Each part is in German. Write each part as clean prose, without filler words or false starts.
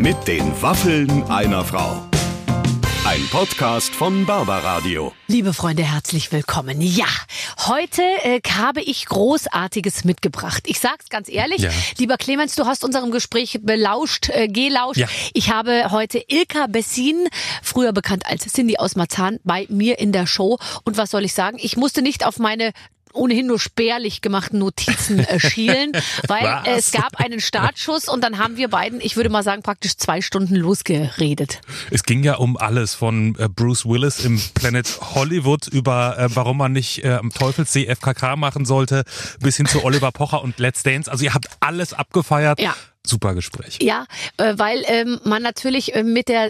Mit den Waffeln einer Frau. Ein Podcast von Barbaradio. Liebe Freunde, herzlich willkommen. Ja, heute habe ich Großartiges mitgebracht. Ich sag's ganz ehrlich, Lieber Clemens, du hast unserem Gespräch gelauscht. Ja. Ich habe heute Ilka Bessin, früher bekannt als Cindy aus Marzahn, bei mir in der Show. Und was soll ich sagen? Ich musste nicht auf meine ohnehin nur spärlich gemachten Notizen schielen, weil es gab einen Startschuss und dann haben wir beiden, ich würde mal sagen, praktisch 2 Stunden losgeredet. Es ging ja um alles, von Bruce Willis im Planet Hollywood über warum man nicht am Teufelssee FKK machen sollte, bis hin zu Oliver Pocher und Let's Dance. Also ihr habt alles abgefeiert. Ja. Super Gespräch. Ja, weil man natürlich mit der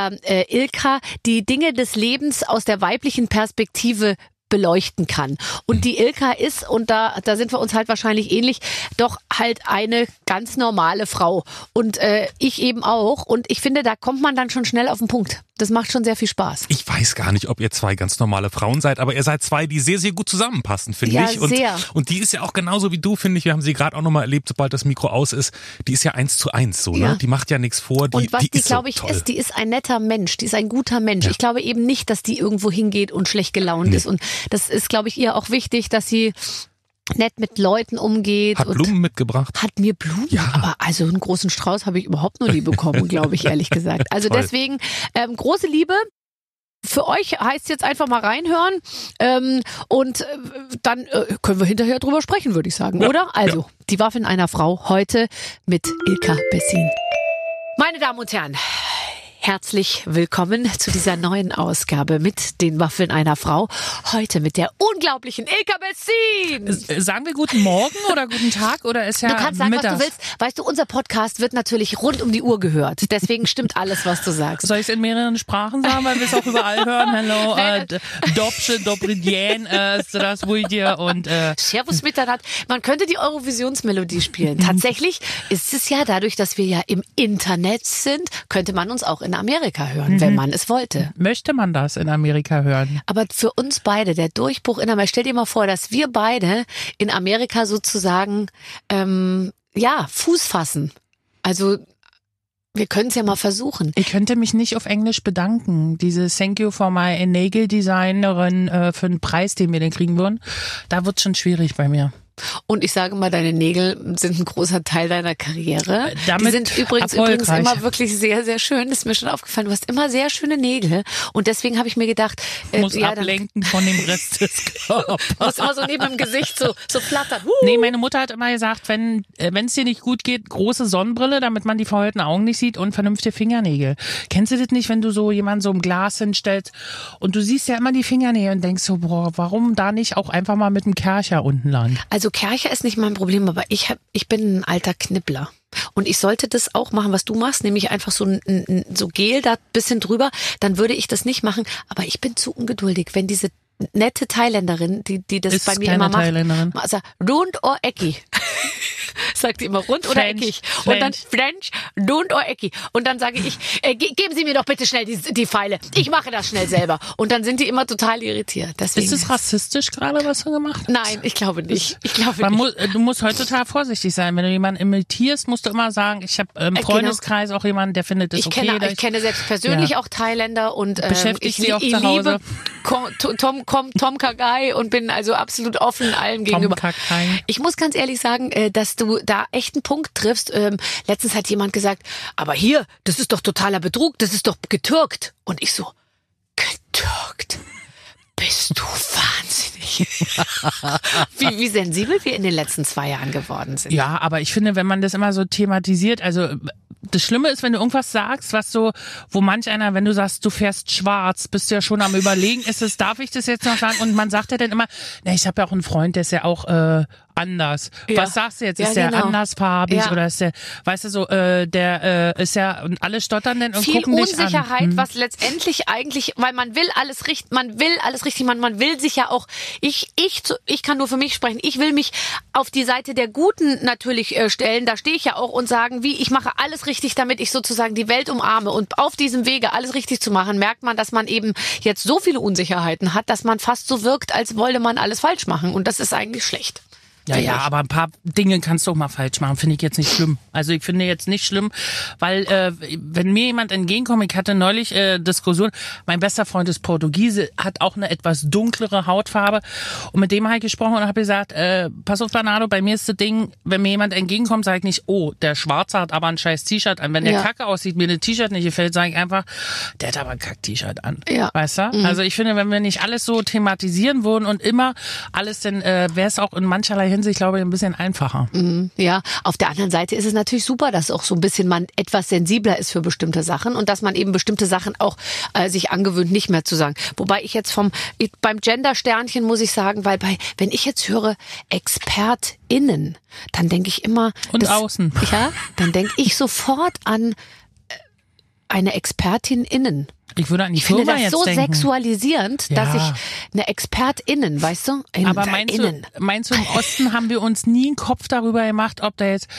Ilka die Dinge des Lebens aus der weiblichen Perspektive beleuchten kann. Und die Ilka ist, und da sind wir uns halt wahrscheinlich ähnlich, doch halt eine ganz normale Frau. Und ich eben auch. Und ich finde, da kommt man dann schon schnell auf den Punkt. Das macht schon sehr viel Spaß. Ich weiß gar nicht, ob ihr 2 ganz normale Frauen seid, aber ihr seid 2, die sehr, sehr gut zusammenpassen, finde ich. Und, sehr. Und die ist ja auch genauso wie du, finde ich. Wir haben sie gerade auch nochmal erlebt, sobald das Mikro aus ist. Die ist ja 1:1 so, ne? Die macht ja nichts vor. Und was die glaube ich, ist, die ist ein netter Mensch. Die ist ein guter Mensch. Ja. Ich glaube eben nicht, dass die irgendwo hingeht und schlecht gelaunt ist. Und das ist, glaube ich, ihr auch wichtig, dass sie nett mit Leuten umgeht. Hat Blumen mitgebracht. Hat mir Blumen? Ja. Aber also einen großen Strauß habe ich überhaupt noch nie bekommen, glaube ich, ehrlich gesagt. Also deswegen große Liebe. Für euch heißt jetzt einfach mal reinhören und dann können wir hinterher drüber sprechen, würde ich sagen, oder? Also, die Waffe in einer Frau heute mit Ilka Bessin. Meine Damen und Herren, herzlich willkommen zu dieser neuen Ausgabe mit den Waffeln einer Frau. Heute mit der unglaublichen Ilka Bessin. Sagen wir guten Morgen oder guten Tag oder ist ja Du kannst sagen, mittags? was du willst. Weißt du, unser Podcast wird natürlich rund um die Uhr gehört. Deswegen stimmt alles, was du sagst. Soll ich es in mehreren Sprachen sagen, weil wir es auch überall hören? Hallo, Dobsche, Dobridien, das Wujdir und Servus Mitternacht. Man könnte die Eurovisionsmelodie spielen. Tatsächlich ist es ja dadurch, dass wir ja im Internet sind, könnte man uns auch in Amerika hören, wenn man es wollte. Möchte man das in Amerika hören? Aber für uns beide, der Durchbruch in Amerika, stell dir mal vor, dass wir beide in Amerika sozusagen Fuß fassen. Also wir können es ja mal versuchen. Ich könnte mich nicht auf Englisch bedanken. Diese Thank you for my Nägeldesignerin für einen Preis, den wir denn kriegen würden, da wird es schon schwierig bei mir. Und ich sage mal, deine Nägel sind ein großer Teil deiner Karriere. Damit die sind übrigens immer wirklich sehr, sehr schön. Das ist mir schon aufgefallen. Du hast immer sehr schöne Nägel. Und deswegen habe ich mir gedacht, muss ablenken von dem Rest des Körpers. Muss immer so neben dem Gesicht so flattern. Nee, meine Mutter hat immer gesagt, wenn es dir nicht gut geht, große Sonnenbrille, damit man die verheulten Augen nicht sieht und vernünftige Fingernägel. Kennst du das nicht, wenn du so jemanden so im Glas hinstellst und du siehst ja immer die Fingernägel und denkst so, boah, warum da nicht auch einfach mal mit dem Kercher unten lang? Also Kercher ist nicht mein Problem, aber ich bin ein alter Knibbler. Und ich sollte das auch machen, was du machst, nämlich einfach so Gel da bisschen drüber, dann würde ich das nicht machen. Aber ich bin zu ungeduldig, wenn diese nette Thailänderin, die das ist bei mir immer macht, also rund or eckig. Sagt die immer rund oder eckig. Und dann French, rund or eckig. Und dann sage ich, geben Sie mir doch bitte schnell die Pfeile. Ich mache das schnell selber. Und dann sind die immer total irritiert. Deswegen. Ist es rassistisch gerade, was du gemacht hast? Nein, ich glaube nicht. Du musst heute total vorsichtig sein. Wenn du jemanden imitierst, musst du immer sagen, ich habe im Freundeskreis auch jemanden, der findet das okay. Ich kenne selbst persönlich auch Thailänder und beschäftigt sie auch zu Hause. Tom Kagai und bin also absolut offen allem gegenüber. Ich muss ganz ehrlich sagen, dass du da echt einen Punkt triffst. Letztens hat jemand gesagt, aber hier, das ist doch totaler Betrug, das ist doch getürkt. Und ich so, getürkt? Bist du wahnsinnig? wie sensibel wir in den letzten 2 Jahren geworden sind. Ja, aber ich finde, wenn man das immer so thematisiert, also das Schlimme ist, wenn du irgendwas sagst, wo manch einer, wenn du sagst, du fährst schwarz, bist du ja schon am Überlegen, darf ich das jetzt noch sagen? Und man sagt ja dann immer, ich habe ja auch einen Freund, der ist ja auch anders. Ja. Was sagst du jetzt? Ist der andersfarbig oder ist der, weißt du so, der ist ja, und alle stottern dann und viel gucken dich an. Viel Unsicherheit, was letztendlich eigentlich, weil man will alles richtig, man will sich ja auch, ich kann nur für mich sprechen, ich will mich auf die Seite der Guten natürlich stellen, da stehe ich ja auch und sagen, ich mache alles richtig, damit ich sozusagen die Welt umarme und auf diesem Wege alles richtig zu machen, merkt man, dass man eben jetzt so viele Unsicherheiten hat, dass man fast so wirkt, als wolle man alles falsch machen und das ist eigentlich schlecht. Ja, aber ein paar Dinge kannst du auch mal falsch machen, finde ich jetzt nicht schlimm. Also ich finde jetzt nicht schlimm, weil wenn mir jemand entgegenkommt, ich hatte neulich Diskussion, mein bester Freund ist Portugiese, hat auch eine etwas dunklere Hautfarbe und mit dem habe ich gesprochen und habe gesagt, pass auf Bernardo, bei mir ist das Ding, wenn mir jemand entgegenkommt, sage ich nicht, oh, der Schwarze hat aber ein scheiß T-Shirt an. Wenn der kacke aussieht, mir ein T-Shirt nicht gefällt, sage ich einfach, der hat aber ein Kack-T-Shirt an. Ja. Weißt du? Also ich finde, wenn wir nicht alles so thematisieren würden und immer alles, dann wäre es auch in mancherlei Hinsicht, glaube ich, ein bisschen einfacher. Ja, auf der anderen Seite ist es natürlich super, dass auch so ein bisschen man etwas sensibler ist für bestimmte Sachen und dass man eben bestimmte Sachen auch sich angewöhnt, nicht mehr zu sagen. Wobei ich jetzt beim Gender-Sternchen muss ich sagen, weil wenn ich jetzt höre ExpertInnen, dann denke ich immer... Und außen. Ja, dann denke ich sofort an eine Expertin innen. Ich würde an die Firma jetzt so denken. Sexualisierend, dass ich eine ExpertInnen, weißt du? Aber meinst du, im Osten haben wir uns nie einen Kopf darüber gemacht, ob da jetzt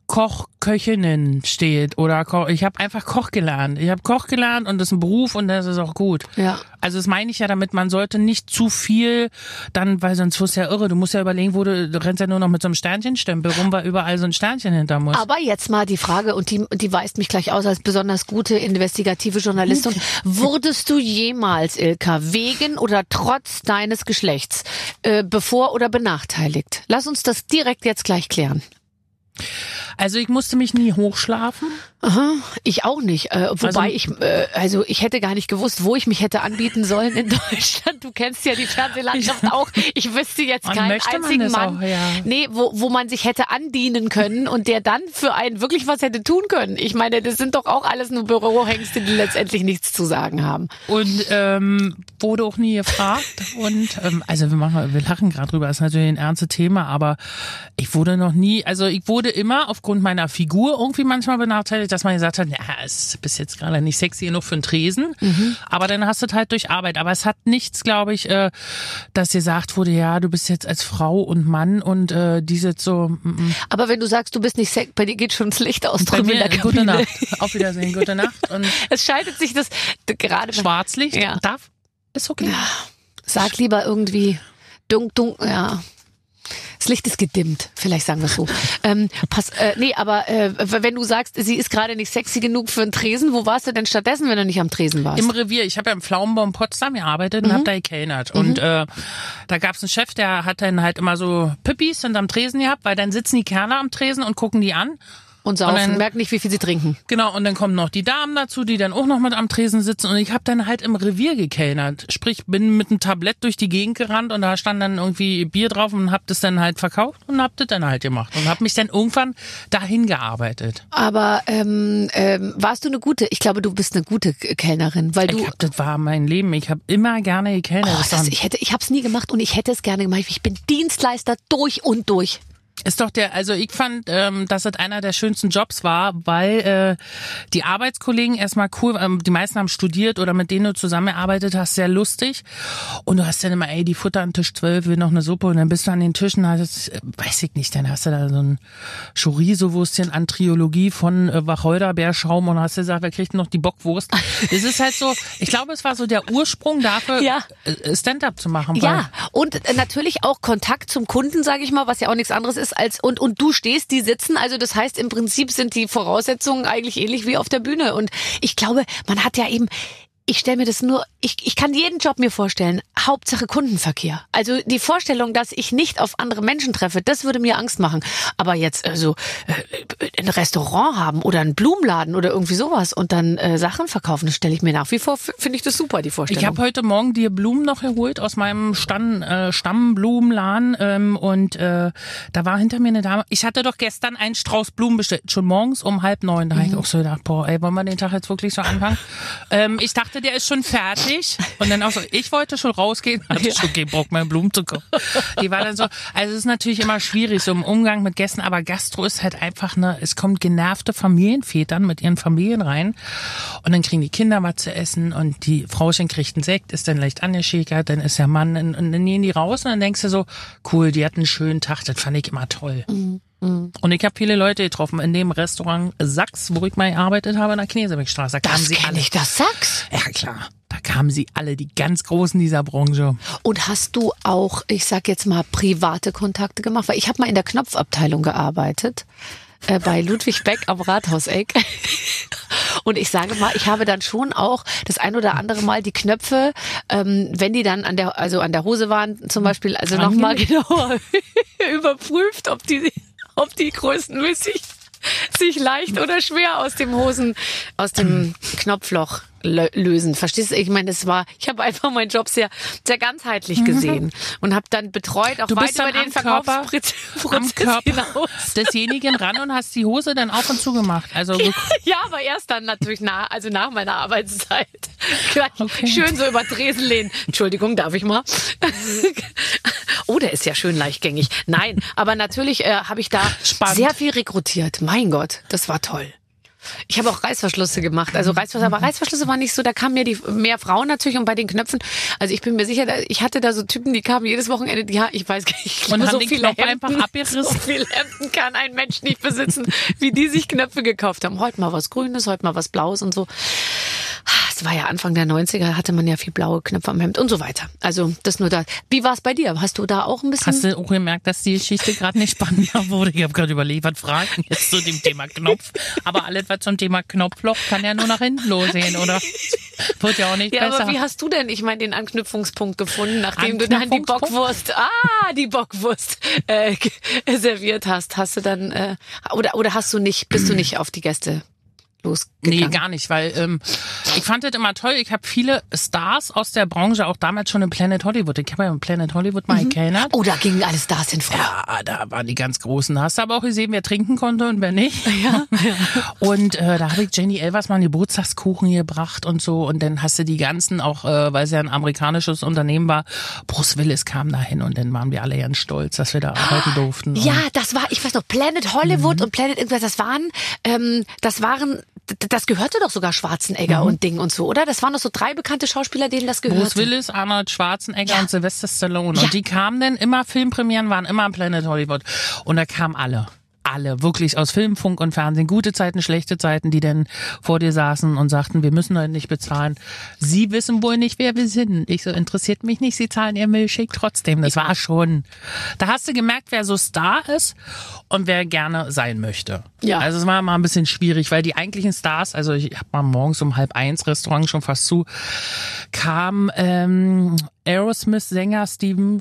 Köchinnen steht oder ich habe einfach Koch gelernt. Ich habe Koch gelernt und das ist ein Beruf und das ist auch gut. Ja. Also das meine ich ja damit, man sollte nicht zu viel dann, weil sonst wirst du ja irre. Du musst ja überlegen, du rennst ja nur noch mit so einem Sternchenstempel rum, weil überall so ein Sternchen hinter muss. Aber jetzt mal die Frage, und die weist mich gleich aus als besonders gute investigative Journalistin. Wurdest du jemals, Ilka, wegen oder trotz deines Geschlechts bevor- oder benachteiligt? Lass uns das direkt jetzt gleich klären. Also ich musste mich nie hochschlafen. Aha, ich auch nicht. Wobei ich hätte gar nicht gewusst, wo ich mich hätte anbieten sollen in Deutschland. Du kennst ja die Fernsehlandschaft auch. Ich wüsste jetzt keinen einzigen Mann, wo man sich hätte andienen können und der dann für einen wirklich was hätte tun können. Ich meine, das sind doch auch alles nur Bürohengste, die letztendlich nichts zu sagen haben. Und wurde auch nie gefragt. Und also wir lachen gerade drüber, das ist natürlich ein ernstes Thema, aber ich wurde noch nie, also ich wurde immer aufgrund meiner Figur irgendwie manchmal benachteiligt, dass man gesagt hat, ja, es bist jetzt gerade nicht sexy genug für einen Tresen, aber dann hast du es halt durch Arbeit. Aber es hat nichts, glaube ich, dass gesagt wurde, ja, du bist jetzt als Frau und Mann und diese so. Aber wenn du sagst, du bist nicht sexy, bei dir geht schon das Licht aus drüben in der Kabine. Gute Nacht. Auf Wiedersehen, gute Nacht. Und es schaltet sich das gerade. Schwarzlicht ist okay. Ja, sag lieber irgendwie dunkel, ja. Das Licht ist gedimmt, vielleicht sagen wir es so. Aber wenn du sagst, sie ist gerade nicht sexy genug für einen Tresen, wo warst du denn stattdessen, wenn du nicht am Tresen warst? Im Revier. Ich habe ja im Pflaumenbaum Potsdam gearbeitet und habe da gekellnert. Und da gab es einen Chef, der hat dann halt immer so Pippis und am Tresen gehabt, weil dann sitzen die Kerle am Tresen und gucken die an. Und saufen, und merken nicht, wie viel sie trinken. Genau, und dann kommen noch die Damen dazu, die dann auch noch mit am Tresen sitzen. Und ich habe dann halt im Revier gekellnert. Sprich, bin mit einem Tablett durch die Gegend gerannt und da stand dann irgendwie Bier drauf und hab das dann halt verkauft und hab das dann halt gemacht. Und hab mich dann irgendwann dahin gearbeitet. Aber warst du eine gute, ich glaube, du bist eine gute Kellnerin, weil das war mein Leben. Ich habe immer gerne gekellnert. Ich habe es nie gemacht und ich hätte es gerne gemacht. Ich bin Dienstleister durch und durch. Ist doch also ich fand, dass das einer der schönsten Jobs war, weil die Arbeitskollegen erstmal cool, die meisten haben studiert oder mit denen du zusammengearbeitet hast, sehr lustig. Und du hast dann immer, die Futter an Tisch 12 will noch eine Suppe und dann bist du an den Tischen, weiß ich nicht, dann hast du da so ein Chorizo-Würstchen an Triologie von Wacholderbeerschaum und hast gesagt, wer kriegt noch die Bockwurst? Das ist halt so, ich glaube, es war so der Ursprung dafür, Stand-up zu machen. Ja, und natürlich auch Kontakt zum Kunden, sage ich mal, was ja auch nichts anderes ist als und du stehst, die sitzen, also das heißt im Prinzip sind die Voraussetzungen eigentlich ähnlich wie auf der Bühne und ich glaube, man hat ja eben, ich stelle mir das nur, ich kann jeden Job mir vorstellen, Hauptsache Kundenverkehr. Also die Vorstellung, dass ich nicht auf andere Menschen treffe, das würde mir Angst machen. Aber jetzt ein Restaurant haben oder einen Blumenladen oder irgendwie sowas und dann Sachen verkaufen, das stelle ich mir nach wie vor, finde ich das super, die Vorstellung. Ich habe heute Morgen dir Blumen noch geholt aus meinem Stammblumenladen und da war hinter mir eine Dame, ich hatte doch gestern einen Strauß Blumen bestellt, schon morgens um 8:30, da habe ich auch so gedacht, wollen wir den Tag jetzt wirklich so anfangen? Ich dachte, der ist schon fertig. Und dann auch so, ich wollte schon rausgehen, hatte schon keinen Bock mehr Blumen zu kaufen. Die war dann so, also es ist natürlich immer schwierig, so im Umgang mit Gästen, aber Gastro ist halt einfach es kommt genervte Familienvätern mit ihren Familien rein und dann kriegen die Kinder was zu essen und die Frauchen kriegt einen Sekt, ist dann leicht angeschäkert, dann ist der Mann und dann gehen die raus und dann denkst du so, cool, die hatten einen schönen Tag, das fand ich immer toll. Und ich habe viele Leute getroffen in dem Restaurant Sachs, wo ich mal gearbeitet habe, in der Knesebeckstraße. Das kenne ich, das Sachs? Ja, klar. Da kamen sie alle, die ganz Großen dieser Branche. Und hast du auch, ich sag jetzt mal, private Kontakte gemacht? Weil ich habe mal in der Knopfabteilung gearbeitet, bei Ludwig Beck am Rathauseck. Und ich sage mal, ich habe dann schon auch das ein oder andere Mal die Knöpfe, wenn die dann an der Hose waren zum Beispiel, also nochmal genauer überprüft, ob die größenmäßig sich leicht oder schwer aus dem Knopfloch lösen. Verstehst du? Ich meine, ich habe einfach meinen Job sehr, sehr ganzheitlich gesehen und habe dann betreut, auch weit über den Verkaufsprozess hinaus. Desjenigen ran und hast die Hose dann auf und zu gemacht. Also ja, aber erst dann natürlich nach meiner Arbeitszeit. Schön so über Tresen lehnen. Entschuldigung, darf ich mal? Oh, der ist ja schön leichtgängig. Nein, aber natürlich habe ich da sehr viel rekrutiert. Mein Gott, das war toll. Ich habe auch Reißverschlüsse gemacht. Aber Reißverschlüsse waren nicht so, da kamen mir mehr Frauen natürlich und bei den Knöpfen. Also ich bin mir sicher, ich hatte da so Typen, die kamen jedes Wochenende, ich weiß gar nicht, und haben so den viele Knopf einfach abgerissen. So viele Hemden kann ein Mensch nicht besitzen, wie die sich Knöpfe gekauft haben. Heute mal was Grünes, heute mal was Blaues und so. Es war ja Anfang der 90er, hatte man ja viel blaue Knöpfe am Hemd und so weiter. Also das nur da. Wie war es bei dir? Hast du da auch ein bisschen... Hast du auch gemerkt, dass die Geschichte gerade nicht spannender wurde? Ich habe gerade überlegt, was fragen jetzt zu dem Thema Knopf. Aber alles, was zum Thema Knopfloch, kann ja nur nach hinten losgehen, oder? Wird ja auch nicht besser. Ja, aber wie hast du denn, den Anknüpfungspunkt gefunden, nachdem du dann die Bockwurst serviert hast? Hast du dann, oder bist du nicht auf die Gäste losgegangen? Nee, gar nicht, weil ich fand das immer toll. Ich habe viele Stars aus der Branche, auch damals schon im Planet Hollywood. Ich habe ja im Planet Hollywood mal gekellnert. Oh, da gingen alle Stars hin vor. Ja, da waren die ganz Großen. Da hast du aber auch gesehen, wer trinken konnte und wer nicht. Ja. Und da habe ich Jenny Elvers mal einen Geburtstagskuchen gebracht und so. Und dann hast du die ganzen, auch weil es ja ein amerikanisches Unternehmen war, Bruce Willis kam da hin und dann waren wir alle ganz stolz, dass wir da arbeiten durften. Ja, das war, ich weiß noch, Planet Hollywood und Planet irgendwas, das gehörte doch sogar Schwarzenegger und Ding und so, oder? Das waren doch so 3 bekannte Schauspieler, denen das gehörte. Bruce Willis, Arnold Schwarzenegger und Sylvester Stallone. Ja. Und die kamen dann immer, Filmpremieren waren immer am Planet Hollywood. Und da kamen alle, wirklich aus Film, Funk und Fernsehen, gute Zeiten, schlechte Zeiten, die dann vor dir saßen und sagten, wir müssen heute nicht bezahlen. Sie wissen wohl nicht, wer wir sind. Ich so, interessiert mich nicht, Sie zahlen Ihr Milchshake trotzdem. Das war schon, da hast du gemerkt, wer so Star ist und wer gerne sein möchte. Ja. Also es war mal ein bisschen schwierig, weil die eigentlichen Stars, also ich habe mal morgens um 12:30 Restaurant schon fast zu, kam Aerosmith-Sänger Steve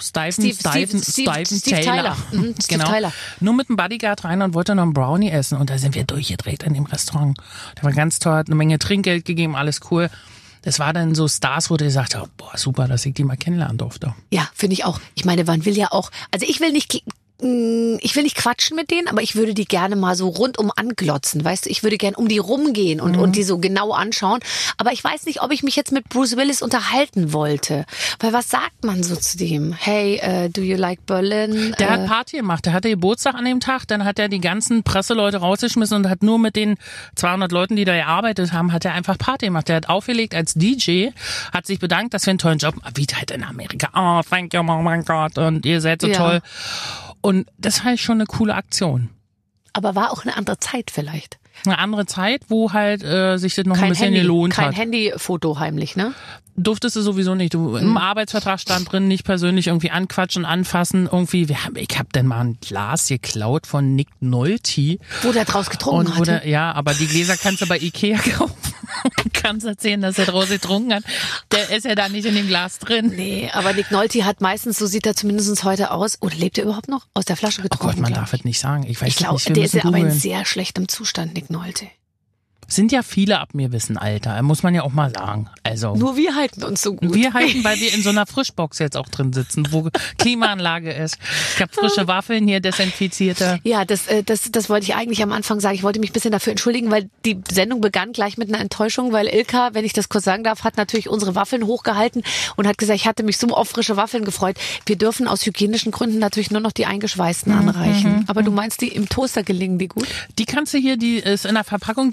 Tyler. Genau. Tyler. Nur mit einem Bodyguard rein und wollte noch einen Brownie essen. Und da sind wir durchgedreht in dem Restaurant. Der war ganz toll, hat eine Menge Trinkgeld gegeben, alles cool. Das war dann so Stars, wo du gesagt hast, boah, super, dass ich die mal kennenlernen durfte. Ja, finde ich auch. Ich meine, man will ja auch, also ich will nicht quatschen mit denen, aber ich würde die gerne mal so rundum anglotzen, weißt du? Ich würde gerne um die rumgehen und die so genau anschauen. Aber ich weiß nicht, ob ich mich jetzt mit Bruce Willis unterhalten wollte. Weil was sagt man so zu dem? Hey, do you like Berlin? Der hat Party gemacht. Der hatte Geburtstag an dem Tag. Dann hat er die ganzen Presseleute rausgeschmissen und hat nur mit den 200 Leuten, die da gearbeitet haben, hat er einfach Party gemacht. Der hat aufgelegt als DJ, hat sich bedankt, dass wir einen tollen Job, wie halt in Amerika. Oh, thank you, oh mein Gott. Und ihr seid so toll. Und das war schon eine coole Aktion. Aber war auch eine andere Zeit vielleicht. Eine andere Zeit, wo halt sich das noch ein bisschen gelohnt hat. Kein Handyfoto heimlich, ne? Durftest du sowieso nicht. Du im Arbeitsvertrag stand drin, nicht persönlich irgendwie anquatschen, anfassen. Irgendwie, ich hab dann mal ein Glas geklaut von Nick Nolte. Wo der draus getrunken hatte. Ja, aber die Gläser kannst du bei Ikea kaufen. Kannst erzählen, dass er draus getrunken hat. Der ist ja da nicht in dem Glas drin. Nee, aber Nick Nolte hat meistens, so sieht er zumindest heute aus, oder lebt er überhaupt noch? Aus der Flasche getrunken. Oh Gott, man darf es nicht sagen. Ich weiß nicht, der ist ja aber in sehr schlechtem Zustand, Nick Nolte. Sind ja viele ab mir wissen, Alter. Muss man ja auch mal sagen. Also nur wir halten uns so gut. Wir halten, weil wir in so einer Frischbox jetzt auch drin sitzen, wo Klimaanlage ist. Ich habe frische Waffeln hier, desinfizierte. Ja, das wollte ich eigentlich am Anfang sagen. Ich wollte mich ein bisschen dafür entschuldigen, weil die Sendung begann gleich mit einer Enttäuschung, weil Ilka, wenn ich das kurz sagen darf, hat natürlich unsere Waffeln hochgehalten und hat gesagt, ich hatte mich so auf frische Waffeln gefreut. Wir dürfen aus hygienischen Gründen natürlich nur noch die eingeschweißten anreichen. Aber du meinst, die im Toaster gelingen die gut? Die kannst du hier, die es in der Verpackung gibt, machst du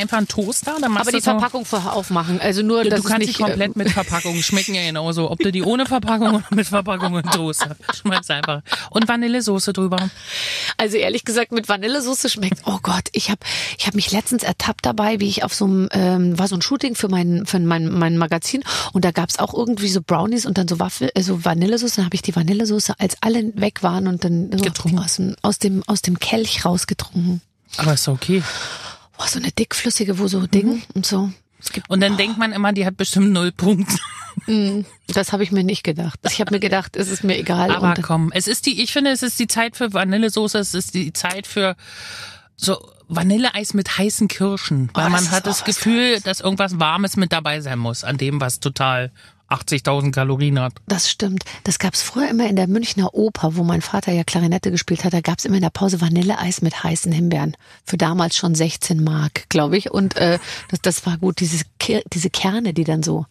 einfach einen Toaster. Dann machst Aber die Verpackung vorher aufmachen. Also nur, du dass kannst es nicht nicht komplett mit Verpackung. Schmecken ja genauso. Ob du die ohne Verpackung oder mit Verpackung in Toaster. Schmeißt einfach. Und Vanillesoße drüber. Also ehrlich gesagt, mit Vanillesoße schmeckt. Oh Gott, ich hab mich letztens ertappt dabei, wie ich auf so einem war so ein Shooting für mein Magazin und da gab's auch irgendwie so Brownies und dann so Vanillesoße. Dann habe ich die Vanillesoße, als alle weg waren und dann so aus dem Kelch rausgetrunken. Aber ist okay. Boah, so eine dickflüssige, wo so Ding und so. Und dann denkt man immer, die hat bestimmt 0 Punkte. Das habe ich mir nicht gedacht. Ich habe mir gedacht, es ist mir egal. Aber komm, ich finde, es ist die Zeit für Vanillesoße, es ist die Zeit für so Vanilleeis mit heißen Kirschen. Weil man hat das Gefühl, dass irgendwas Warmes mit dabei sein muss, an dem, was total 80.000 Kalorien hat. Das stimmt. Das gab's früher immer in der Münchner Oper, wo mein Vater ja Klarinette gespielt hat. Da gab's immer in der Pause Vanilleeis mit heißen Himbeeren. Für damals schon 16 Mark, glaube ich. Und das war gut. Diese Kerne, die dann so...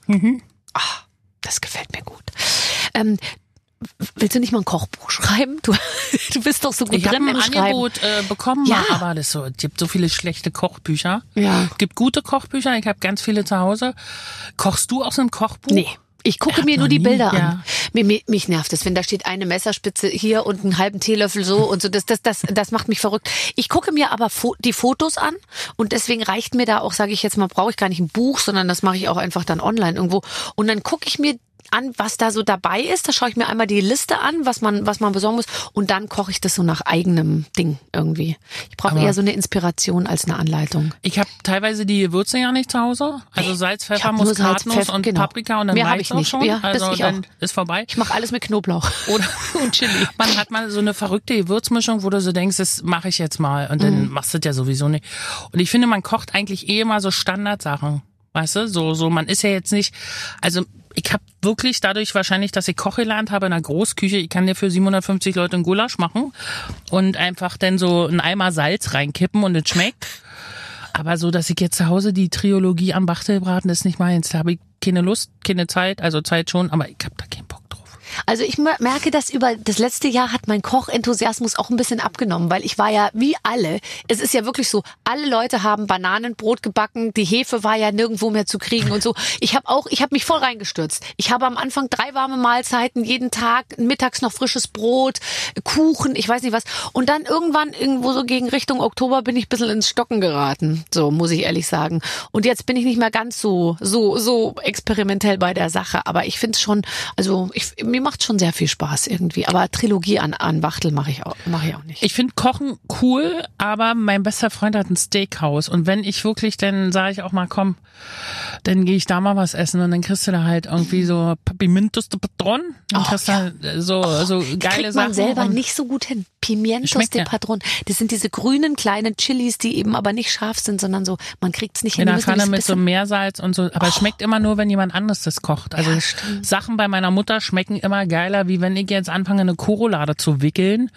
das gefällt mir gut. Willst du nicht mal ein Kochbuch schreiben? Du bist doch so gut drin im Schreiben. Ich habe ein Angebot bekommen, ja. Aber es gibt so viele schlechte Kochbücher. Ja. Es gibt gute Kochbücher, ich habe ganz viele zu Hause. Kochst du aus einem Kochbuch? Nee. Ich gucke mir nur die Bilder an. Ja. Mich nervt es, wenn da steht eine Messerspitze hier und einen halben Teelöffel so und so. Das macht mich verrückt. Ich gucke mir aber die Fotos an und deswegen reicht mir da auch, sage ich jetzt mal, brauche ich gar nicht ein Buch, sondern das mache ich auch einfach dann online irgendwo. Und dann gucke ich mir an, was da so dabei ist. Da schaue ich mir einmal die Liste an, was man besorgen muss und dann koche ich das so nach eigenem Ding irgendwie. Ich brauche eher so eine Inspiration als eine Anleitung. Ich habe teilweise die Gewürze ja nicht zu Hause. Also Salz, Pfeffer, Muskatnuss und Paprika und dann mehr habe reicht's ich nicht. Auch schon. Ja, also ich dann auch. ist vorbei. Ich mache alles mit Knoblauch. Und Chili. Man hat mal so eine verrückte Gewürzmischung, wo du so denkst, das mache ich jetzt mal und dann machst du das ja sowieso nicht. Und ich finde, man kocht eigentlich immer so Standardsachen. Weißt du, so man ist ja jetzt nicht, also ich habe wirklich dadurch wahrscheinlich, dass ich Koch gelernt habe in einer Großküche, ich kann dir für 750 Leute einen Gulasch machen und einfach dann so einen Eimer Salz reinkippen und es schmeckt. Aber so, dass ich jetzt zu Hause die Trilogie am Bachtelbraten, das ist nicht meins. Da habe ich keine Lust, keine Zeit, also Zeit schon, aber ich habe da keinen Bock drauf. Also ich merke, dass über das letzte Jahr hat mein Kochenthusiasmus auch ein bisschen abgenommen, weil ich war ja wie alle, es ist ja wirklich so, alle Leute haben Bananenbrot gebacken, die Hefe war ja nirgendwo mehr zu kriegen und so. Ich habe mich voll reingestürzt. Ich habe am Anfang 3 warme Mahlzeiten, jeden Tag, mittags noch frisches Brot, Kuchen, ich weiß nicht was. Und dann irgendwo so gegen Richtung Oktober bin ich ein bisschen ins Stocken geraten, so muss ich ehrlich sagen. Und jetzt bin ich nicht mehr ganz so experimentell bei der Sache, aber ich finde es schon, also mir macht schon sehr viel Spaß irgendwie. Aber Trilogie an Wachtel mache ich auch nicht. Ich finde Kochen cool, aber mein bester Freund hat ein Steakhouse. Und wenn ich wirklich, dann sage ich auch mal, komm, dann gehe ich da mal was essen und dann kriegst du da halt irgendwie so Pimientos de Patron. Und kriegst da so geile Sachen. Man selber nicht so gut hin. Pimientos de Patron. Das sind diese grünen kleinen Chilis, die eben aber nicht scharf sind, sondern so, man kriegt es nicht hin. In der Pfanne mit so Meersalz und so. Aber es schmeckt immer nur, wenn jemand anderes das kocht. Also Sachen bei meiner Mutter schmecken immer geiler, wie wenn ich jetzt anfange, eine Kohlroulade zu wickeln.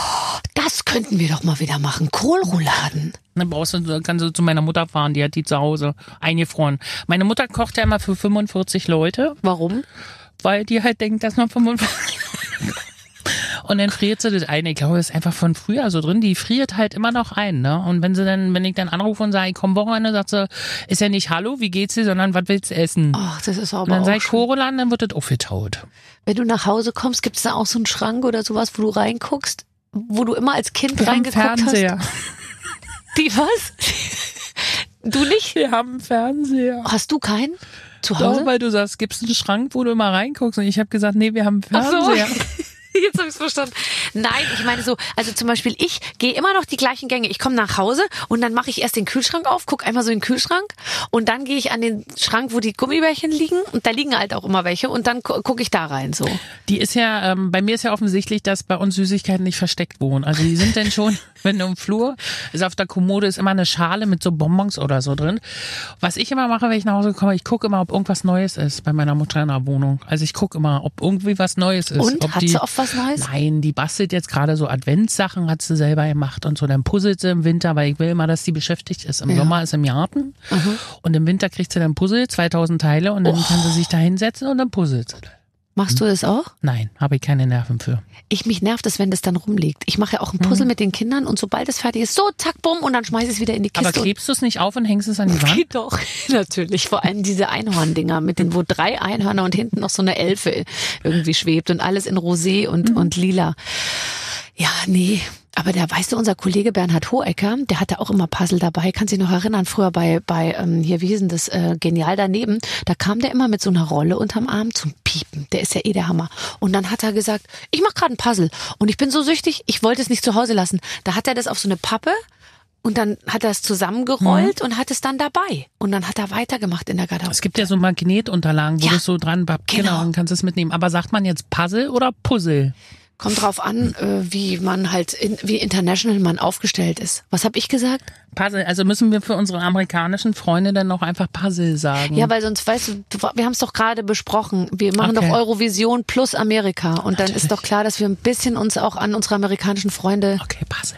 Das könnten wir doch mal wieder machen. Kohlrouladen. Dann kannst du zu meiner Mutter fahren, die hat die zu Hause eingefroren. Meine Mutter kocht ja immer für 45 Leute. Warum? Weil die halt denkt, dass man 45... Und dann friert sie das ein. Ich glaube, das ist einfach von früher so drin. Die friert halt immer noch ein, ne? Und wenn ich dann anrufe und sage, ich komme Wochenende, sagt sie, ist ja nicht Hallo, wie geht's dir, sondern was willst du essen? Ach, das ist aber und dann sage ich Kohlrouladen, dann wird das aufgetaut. Wenn du nach Hause kommst, gibt's da auch so einen Schrank oder sowas, wo du reinguckst? Wo du immer als Kind reingeguckt Fernseher. hast? Die was? Du nicht? Wir haben einen Fernseher. Hast du keinen zu Hause? Doch, weil du sagst, gibt's einen Schrank, wo du immer reinguckst? Und ich habe gesagt, nee, wir haben einen Fernseher. Ach so. Jetzt habe ich es verstanden. Nein, ich meine so, also zum Beispiel ich gehe immer noch die gleichen Gänge. Ich komme nach Hause und dann mache ich erst den Kühlschrank auf, gucke einmal so in den Kühlschrank und dann gehe ich an den Schrank, wo die Gummibärchen liegen und da liegen halt auch immer welche und dann gucke ich da rein so. Die ist ja, bei mir ist ja offensichtlich, dass bei uns Süßigkeiten nicht versteckt wohnen. Also die sind denn schon, wenn du im Flur ist, auf der Kommode ist immer eine Schale mit so Bonbons oder so drin. Was ich immer mache, wenn ich nach Hause komme, ich gucke immer, ob irgendwas Neues ist bei meiner Mutter in der Wohnung. Also ich gucke immer, ob irgendwie was Neues ist. Und? Ob Hat sie oft was Neues? Nein, die bastelt jetzt gerade so Adventssachen, hat sie selber gemacht und so. Dann puzzelt sie im Winter, weil ich will immer, dass sie beschäftigt ist. Im Sommer ist sie im Garten und im Winter kriegt sie dann Puzzle, 2000 Teile und dann kann sie sich da hinsetzen und dann puzzelt sie. Machst du das auch? Nein, habe ich keine Nerven für. Mich nervt es, wenn das dann rumliegt. Ich mache ja auch ein Puzzle mit den Kindern und sobald es fertig ist, so, zack, bumm, und dann schmeiße ich es wieder in die Kiste. Aber klebst du es nicht auf und hängst es an die Wand? Geht doch, natürlich. Vor allem diese Einhorndinger, wo 3 Einhörner und hinten noch so eine Elfe irgendwie schwebt und alles in Rosé und lila. Ja, nee. Aber weißt du, unser Kollege Bernhard Hohecker, der hatte auch immer Puzzle dabei. Kannst dich noch erinnern, früher bei hier, wie hieß denn das, Genial daneben, da kam der immer mit so einer Rolle unterm Arm zum Piepen. Der ist ja der Hammer. Und dann hat er gesagt, ich mache gerade ein Puzzle und ich bin so süchtig, ich wollte es nicht zu Hause lassen. Da hat er das auf so eine Pappe und dann hat er es zusammengerollt und hat es dann dabei. Und dann hat er weitergemacht in der Garderobe. Es gibt ja so Magnetunterlagen, wo du so dran babst. Genau, dann kannst du es mitnehmen. Aber sagt man jetzt Puzzle oder Puzzle? Kommt drauf an, wie man halt, wie international man aufgestellt ist. Was habe ich gesagt? Puzzle. Also müssen wir für unsere amerikanischen Freunde dann noch einfach Puzzle sagen. Ja, weil sonst, weißt du, wir haben es doch gerade besprochen. Wir machen doch Eurovision plus Amerika. Und dann ist doch klar, dass wir ein bisschen uns auch an unsere amerikanischen Freunde... Okay, Puzzle.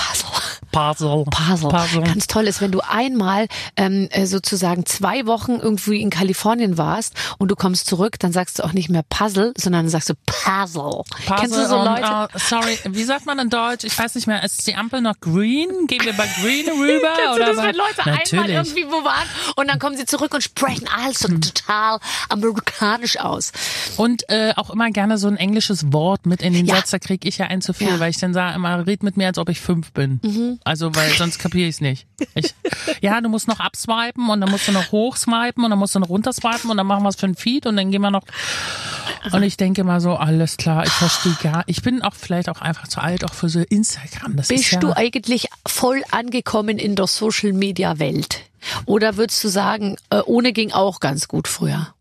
Puzzle. Ganz toll ist, wenn du einmal sozusagen 2 Wochen irgendwie in Kalifornien warst und du kommst zurück, dann sagst du auch nicht mehr Puzzle, sondern dann sagst du Puzzle. Kennst du so Leute? Sorry, wie sagt man in Deutsch? Ich weiß nicht mehr. Ist die Ampel noch green? Gehen wir bei green rüber? Kennst oder du das, wenn Leute einmal irgendwie wo waren und dann kommen sie zurück und sprechen alles so total amerikanisch aus. Und auch immer gerne so ein englisches Wort mit in den Satz, da kriege ich ja ein zu viel, weil ich dann sage immer, red mit mir, als ob ich 5 bin. Also, weil sonst kapiere ich es nicht. Du musst noch abswipen und dann musst du noch hochswipen und dann musst du noch runterswipen und dann machen wir es für ein Feed und dann gehen wir noch. Und ich denke mal so, alles klar, ich verstehe ich bin auch vielleicht auch einfach zu alt, auch für so Instagram. Bist du eigentlich voll angekommen in der Social-Media-Welt? Oder würdest du sagen, ohne ging auch ganz gut früher?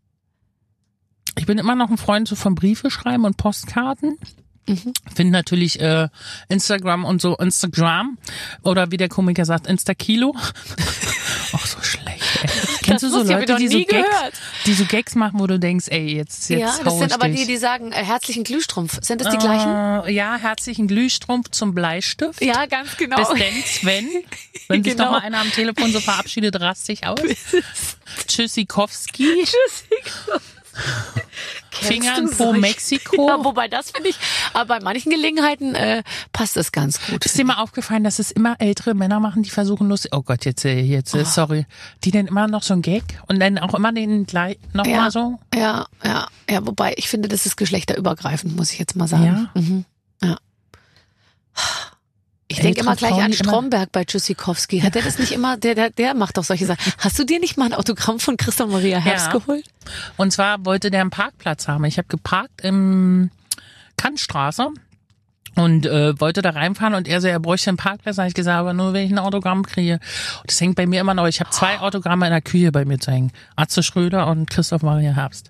Ich bin immer noch ein Freund so von Briefe schreiben und Postkarten. Finde natürlich Instagram und so Instagram oder wie der Komiker sagt, Instakilo. Auch so schlecht, ey. Kennst du so Leute, die so Gags machen, wo du denkst, ey, jetzt ja, das sind aber die sagen herzlichen Glühstrumpf. Sind das die gleichen? Ja, herzlichen Glühstrumpf zum Bleistift. Ja, ganz genau. Bis denn, Sven. Wenn sich noch mal einer am Telefon so verabschiedet, raste ich aus. Tschüssikowski. Finger in Po Mexiko. Ja, wobei das finde ich, aber bei manchen Gelegenheiten passt das ganz gut. Ist dir mal aufgefallen, dass es immer ältere Männer machen, die versuchen lustig, oh Gott, jetzt sorry, die dann immer noch so ein Gag und dann auch immer den gleich nochmal so? Ja, wobei ich finde, das ist geschlechterübergreifend, muss ich jetzt mal sagen. Ja. Ich denke immer gleich an Stromberg bei Tschüssikowski. Hat der das nicht immer, der macht doch solche Sachen. Hast du dir nicht mal ein Autogramm von Christa Maria Herbst geholt? Und zwar wollte der einen Parkplatz haben. Ich habe geparkt im Kantstraße und wollte da reinfahren und er bräuchte einen Parkplatz. Da habe ich gesagt, aber nur wenn ich ein Autogramm kriege. Und das hängt bei mir immer noch. Ich habe 2 Autogramme in der Küche bei mir zu hängen. Atze Schröder und Christoph Maria Herbst.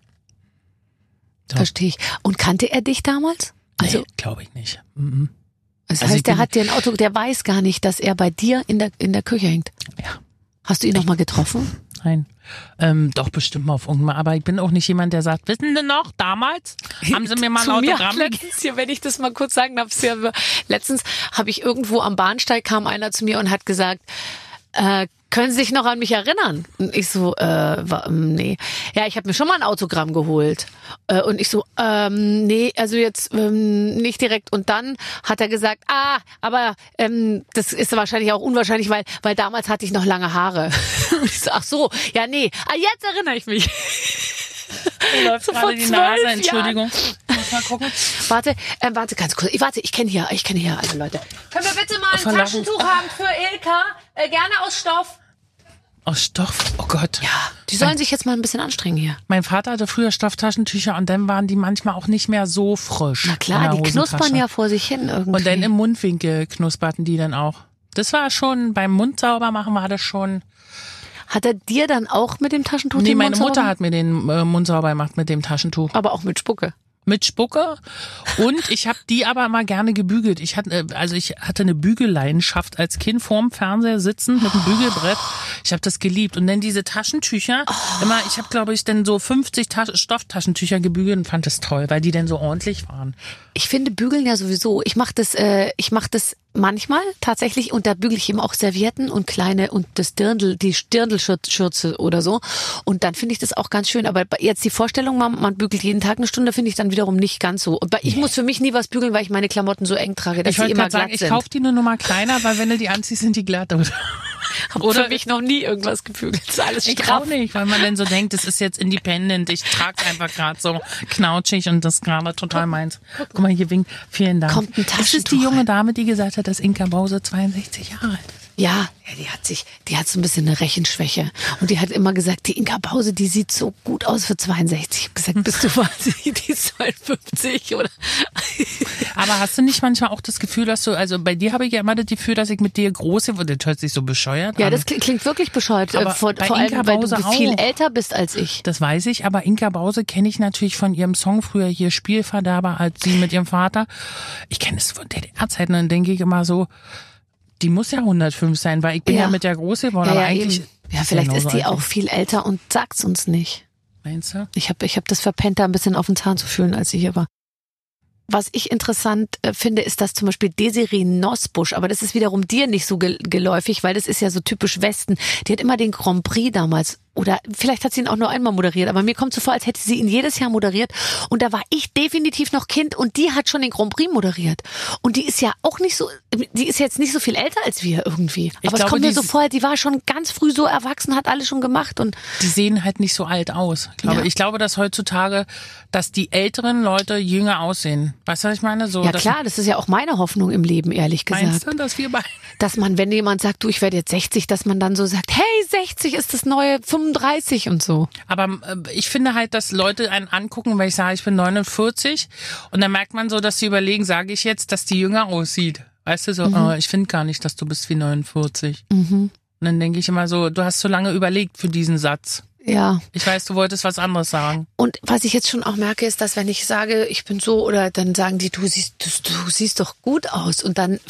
So. Verstehe ich. Und kannte er dich damals? Also, nee, glaube ich nicht. Das heißt, der hat dir ein Auto, der weiß gar nicht, dass er bei dir in der Küche hängt. Ja. Hast du ihn noch mal getroffen? Nein. Doch bestimmt mal auf irgendwann. Aber ich bin auch nicht jemand, der sagt, wissen Sie noch, damals haben Sie mir mal ein Autogramm gegeben. Hier, wenn ich das mal kurz sagen darf, letztens habe ich irgendwo am Bahnsteig, kam einer zu mir und hat gesagt, können Sie sich noch an mich erinnern? Und ich so, nee. Ja, ich habe mir schon mal ein Autogramm geholt. Und ich so, nee, also jetzt nicht direkt. Und dann hat er gesagt, aber das ist wahrscheinlich auch unwahrscheinlich, weil damals hatte ich noch lange Haare. Und ich so, ach so, ja, nee. Jetzt erinnere ich mich. Mir läuft so gerade die Nase, Entschuldigung. Muss mal gucken. Warte, ganz kurz. Ich kenne hier alle Leute. Können wir bitte mal ein Taschentuch haben für Ilka? Gerne aus Stoff. Aus Stoff? Oh Gott. Ja, die sollen sich jetzt mal ein bisschen anstrengen hier. Mein Vater hatte früher Stofftaschentücher und dann waren die manchmal auch nicht mehr so frisch. Na klar, die knuspern ja vor sich hin irgendwie. Und dann im Mundwinkel knusperten die dann auch. Das war schon, beim Mund sauber machen war das schon. Hat er dir dann auch mit dem Taschentuch den Mund sauber? Nee, meine Mutter hat mir den Mund sauber gemacht mit dem Taschentuch. Aber auch mit Spucke. Mit Spucke und ich habe die aber immer gerne gebügelt. Ich hatte eine Bügelleidenschaft als Kind vorm Fernseher sitzend mit einem Bügelbrett. Ich habe das geliebt und dann diese Taschentücher. Ich habe glaube ich dann so 50 Stofftaschentücher gebügelt und fand das toll, weil die dann so ordentlich waren. Ich finde Bügeln ja sowieso. Ich mache das manchmal tatsächlich, und da bügele ich eben auch Servietten und kleine und die Dirndlschürze oder so. Und dann finde ich das auch ganz schön. Aber jetzt die Vorstellung, man bügelt jeden Tag eine Stunde, finde ich dann wiederum nicht ganz so. Und ich muss für mich nie was bügeln, weil ich meine Klamotten so eng trage, dass sie immer glatt sind. Ich kaufe die nur noch mal kleiner, weil wenn du die anziehst, sind die glatt. Oder für mich noch nie irgendwas gebügelt. Das ist alles straff. Ich auch nicht, weil man dann so denkt, das ist jetzt independent. Ich trage einfach gerade so knautschig und das ist gerade total meins. Guck mal, hier winkt. Vielen Dank. Kommt ein Taschentuch. Das ist die junge Dame, die gesagt hat, dass Inka Bause 62 Jahre alt ist. Ja, die hat so ein bisschen eine Rechenschwäche. Und die hat immer gesagt, die Inka Bause, die sieht so gut aus für 62. Ich habe gesagt, bist du wahnsinnig, die ist 52, oder? Aber hast du nicht manchmal auch das Gefühl, dass du, also bei dir habe ich ja immer das Gefühl, dass ich mit dir große, das hört sich so bescheuert an. Ja, das klingt wirklich bescheuert. Aber vor allem, weil du viel älter bist als ich. Das weiß ich, aber Inka Bause kenne ich natürlich von ihrem Song früher hier, Spielverderber, als sie mit ihrem Vater. Ich kenne es von DDR-Zeiten, dann denke ich immer so, die muss ja 105 sein, weil ich bin ja mit der groß geworden, aber eigentlich... Eben. Ja, vielleicht ist die auch viel älter und sagt's uns nicht. Meinst du? Ich hab das verpennt, da ein bisschen auf den Zahn zu fühlen, als sie hier war. Was ich interessant finde, ist, dass zum Beispiel Desiree Nosbusch, aber das ist wiederum dir nicht so geläufig, weil das ist ja so typisch Westen. Die hat immer den Grand Prix damals, oder vielleicht hat sie ihn auch nur einmal moderiert, aber mir kommt so vor, als hätte sie ihn jedes Jahr moderiert. Und da war ich definitiv noch Kind und die hat schon den Grand Prix moderiert. Und die ist ja auch nicht so, die ist jetzt nicht so viel älter als wir irgendwie. Aber es kommt mir so vor, die war schon ganz früh so erwachsen, hat alles schon gemacht. Und die sehen halt nicht so alt aus. Ich glaube, dass heutzutage, dass die älteren Leute jünger aussehen. Weißt du, was ich meine? So, ja klar, das ist ja auch meine Hoffnung im Leben, ehrlich gesagt. Meinst du, dass wir beide? Dass man, wenn jemand sagt, du, ich werde jetzt 60, dass man dann so sagt, hey, 60 ist das neue 35 und so. Aber ich finde halt, dass Leute einen angucken, wenn ich sage, ich bin 49 und dann merkt man so, dass sie überlegen, sage ich jetzt, dass die jünger aussieht. Weißt du, so, ich finde gar nicht, dass du bist wie 49. Und dann denke ich immer so, du hast so lange überlegt für diesen Satz. Ja. Ich weiß, du wolltest was anderes sagen. Und was ich jetzt schon auch merke, ist, dass wenn ich sage, ich bin so, oder dann sagen die, du siehst doch gut aus. Und dann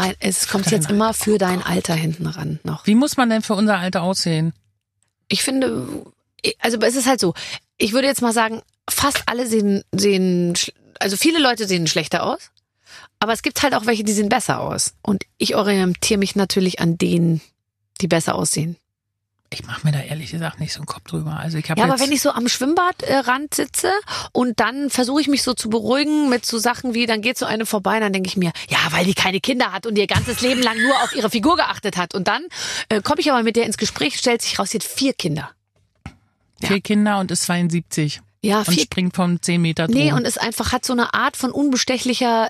es kommt jetzt immer für dein Alter hinten ran noch. Wie muss man denn für unser Alter aussehen? Ich finde, also es ist halt so, ich würde jetzt mal sagen, fast alle sehen, also viele Leute sehen schlechter aus. Aber es gibt halt auch welche, die sehen besser aus. Und ich orientiere mich natürlich an denen, die besser aussehen. Ich mache mir da ehrlich gesagt nicht so einen Kopf drüber. Also ich habe aber wenn ich so am Schwimmbadrand sitze und dann versuche ich mich so zu beruhigen mit so Sachen wie, dann geht so eine vorbei, dann denke ich mir, ja, weil die keine Kinder hat und ihr ganzes Leben lang nur auf ihre Figur geachtet hat. Und dann komme ich aber mit der ins Gespräch, stellt sich raus, sie hat 4 Kinder. 4 Kinder und ist 72. Ja, und springt vom 10 Meter Turm. Nee, und es einfach hat so eine Art von unbestechlicher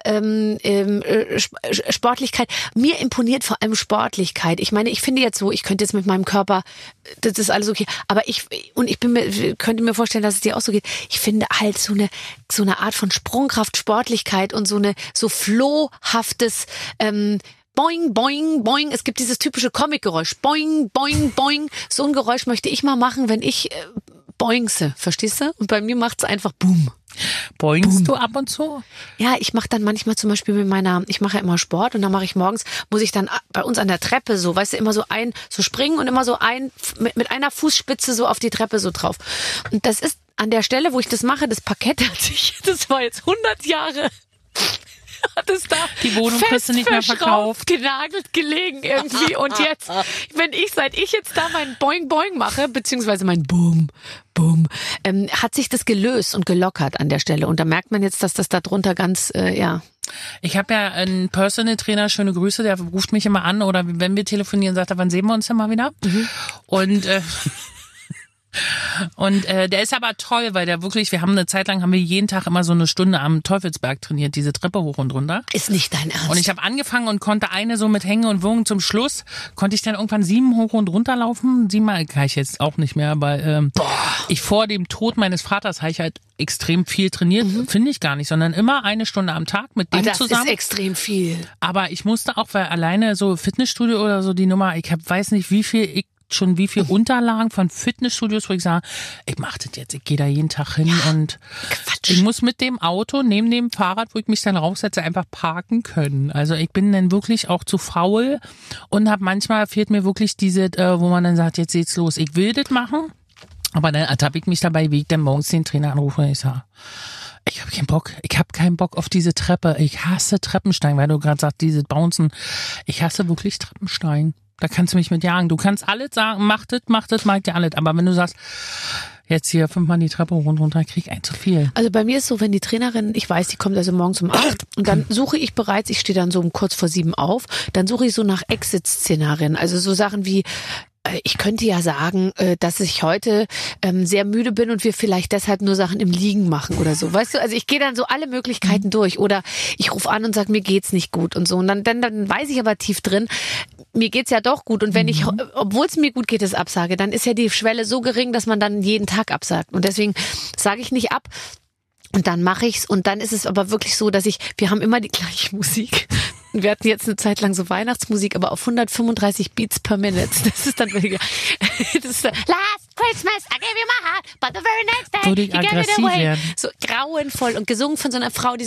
Sportlichkeit. Mir imponiert vor allem Sportlichkeit. Ich meine, ich finde jetzt so, ich könnte jetzt mit meinem Körper, das ist alles okay, aber könnte mir vorstellen, dass es dir auch so geht. Ich finde halt so eine Art von Sprungkraft, Sportlichkeit und so flohhaftes Boing, boing, boing. Es gibt dieses typische Comic-Geräusch. Boing, boing, boing. So ein Geräusch möchte ich mal machen, wenn ich boingse, verstehst du? Und bei mir macht's einfach boom. Boingst du ab und zu? Ja, ich mache dann manchmal zum Beispiel ich mache ja immer Sport und dann mache ich morgens, muss ich dann bei uns an der Treppe so, weißt du, immer so springen und immer so mit einer Fußspitze so auf die Treppe so drauf. Und das ist an der Stelle, wo ich das mache, das Parkett das war jetzt 100 Jahre. Hat es da die Wohnung kriegst du nicht mehr verkauft, genagelt gelegen irgendwie. Und jetzt, seit ich jetzt da mein Boing Boing mache, beziehungsweise mein Boom Boom, hat sich das gelöst und gelockert an der Stelle. Und da merkt man jetzt, dass das da drunter ganz, Ich habe ja einen Personal Trainer, schöne Grüße, der ruft mich immer an oder wenn wir telefonieren, sagt er, wann sehen wir uns denn mal wieder? Und der ist aber toll, weil der wirklich, wir haben jeden Tag immer so eine Stunde am Teufelsberg trainiert, diese Treppe hoch und runter. Ist nicht dein Ernst. Und ich habe angefangen und konnte eine so mit Hängen und Würgen zum Schluss, konnte ich dann irgendwann 7 hoch und runter laufen. 7-mal kann ich jetzt auch nicht mehr, weil ich vor dem Tod meines Vaters habe ich halt extrem viel trainiert, finde ich gar nicht, sondern immer 1 Stunde am Tag mit dem zusammen. Das ist extrem viel. Aber ich musste auch, weil alleine so Fitnessstudio oder so die Nummer, weiß nicht wie viel Unterlagen von Fitnessstudios, wo ich sage, ich mache das jetzt, ich gehe da jeden Tag hin und Quatsch. Ich muss mit dem Auto neben dem Fahrrad, wo ich mich dann raufsetze, einfach parken können. Also ich bin dann wirklich auch zu faul und manchmal fehlt mir wirklich diese, wo man dann sagt, jetzt geht's los, ich will das machen, aber dann ertappe ich mich dabei, wie ich dann morgens den Trainer anrufe und ich sage, Ich habe keinen Bock. Ich habe keinen Bock auf diese Treppe. Ich hasse Treppensteigen, weil du gerade sagst, diese Bouncen. Ich hasse wirklich Treppensteigen. Da kannst du mich mit jagen. Du kannst alles sagen, mach das, mag dir alles. Aber wenn du sagst, jetzt hier 5-mal die Treppe runter, krieg ich ein zu viel. Also bei mir ist so, wenn die Trainerin, ich weiß, die kommt also morgens um 8 und dann suche ich bereits, ich stehe dann so um kurz vor 7 auf, dann suche ich so nach Exit-Szenarien. Also so Sachen wie, ich könnte ja sagen, dass ich heute sehr müde bin und wir vielleicht deshalb nur Sachen im Liegen machen oder so. Weißt du, also ich gehe dann so alle Möglichkeiten durch. Oder ich rufe an und sage, mir geht's nicht gut und so. Und dann weiß ich aber tief drin, mir geht's ja doch gut. Und wenn ich, obwohl es mir gut geht, es absage, dann ist ja die Schwelle so gering, dass man dann jeden Tag absagt. Und deswegen sage ich nicht ab. Und dann mache ich's. Und dann ist es aber wirklich so, dass wir haben immer die gleiche Musik. Wir hatten jetzt eine Zeit lang so Weihnachtsmusik, aber auf 135 Beats per Minute. Das ist dann wirklich, das ist Last Christmas, I gave you my heart, but the very next day, Würde you ich gave it aggressiv away. werden. So grauenvoll und gesungen von so einer Frau, die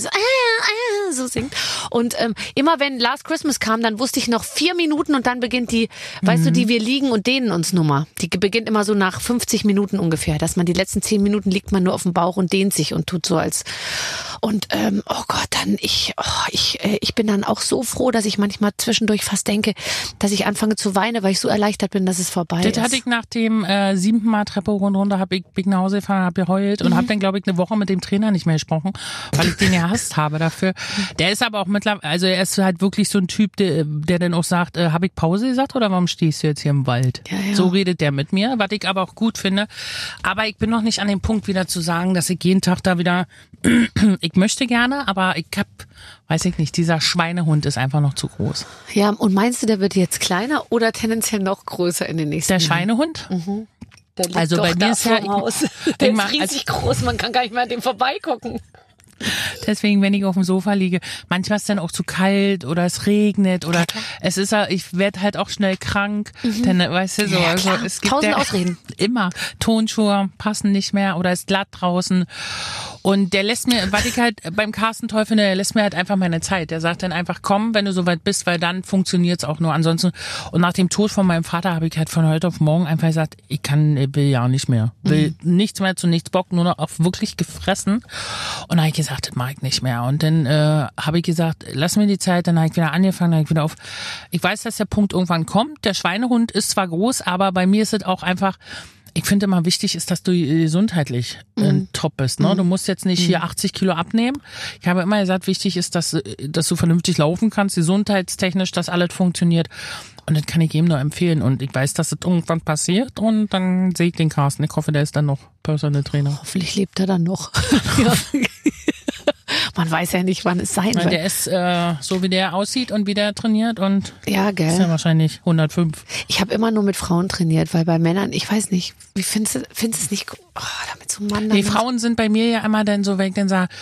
so singt. Und immer wenn Last Christmas kam, dann wusste ich noch 4 Minuten und dann beginnt die, weißt du, die wir liegen und dehnen uns Nummer. Die beginnt immer so nach 50 Minuten ungefähr, dass man die letzten 10 Minuten liegt man nur auf dem Bauch und dehnt sich und tut so als, und oh Gott, dann ich bin dann auch so froh, dass ich manchmal zwischendurch fast denke, dass ich anfange zu weinen, weil ich so erleichtert bin, dass es vorbei ist. Das hatte ich nach dem 7. Mal Treppe runter, bin ich nach Hause gefahren, habe geheult und habe dann, glaube ich, eine Woche mit dem Trainer nicht mehr gesprochen, weil ich den gehasst habe dafür. Der ist aber auch mittlerweile, also er ist halt wirklich so ein Typ, der dann auch sagt, habe ich Pause gesagt oder warum stehst du jetzt hier im Wald? Ja. So redet der mit mir, was ich aber auch gut finde. Aber ich bin noch nicht an dem Punkt wieder zu sagen, dass ich jeden Tag da wieder, ich möchte gerne, aber ich hab, weiß ich nicht, dieser Schweinehund ist einfach noch zu groß. Ja, und meinst du, der wird jetzt kleiner oder tendenziell noch größer in den nächsten Der Jahren? Schweinehund? Mhm. Der liegt Also doch bei mir da ist ja, vorm Haus. Der ist riesig groß, man kann gar nicht mehr an dem vorbeigucken. Deswegen, wenn ich auf dem Sofa liege, manchmal ist es dann auch zu kalt oder es regnet oder es ist ja, ich werde halt auch schnell krank, dann, weißt du, so, Ja, also klar. es gibt 1000 Ausreden. Immer Tonschuhe passen nicht mehr oder ist glatt draußen und der lässt mir, was ich halt beim Carsten toll finde, der lässt mir halt einfach meine Zeit. Der sagt dann einfach, komm, wenn du soweit bist, weil dann funktioniert's auch nur. Ansonsten, und nach dem Tod von meinem Vater habe ich halt von heute auf morgen einfach gesagt, will ja nicht mehr, will nichts mehr zu nichts, Bock, nur noch auf wirklich gefressen. Und dann habe ich gesagt, das mag ich nicht mehr. Und dann habe ich gesagt, lass mir die Zeit, dann habe ich wieder angefangen, dann habe ich wieder auf. Ich weiß, dass der Punkt irgendwann kommt. Der Schweinehund ist zwar groß, aber bei mir ist es auch einfach, ich finde immer wichtig ist, dass du gesundheitlich top bist. Ne? Du musst jetzt nicht hier 80 Kilo abnehmen. Ich habe immer gesagt, wichtig ist, dass du vernünftig laufen kannst, gesundheitstechnisch, dass alles funktioniert. Und das kann ich jedem nur empfehlen. Und ich weiß, dass das irgendwann passiert. Und dann sehe ich den Carsten. Ich hoffe, der ist dann noch Personal Trainer. Hoffentlich lebt er dann noch. Ja. Man weiß ja nicht, wann es sein wird. Der ist so, wie der aussieht und wie der trainiert. Und ja, gell. Ist ja wahrscheinlich 105. Ich habe immer nur mit Frauen trainiert, weil bei Männern, ich weiß nicht, wie findest du es nicht, damit so ein Mann... Die Frauen sind bei mir ja immer dann so, wenn ich dann sage,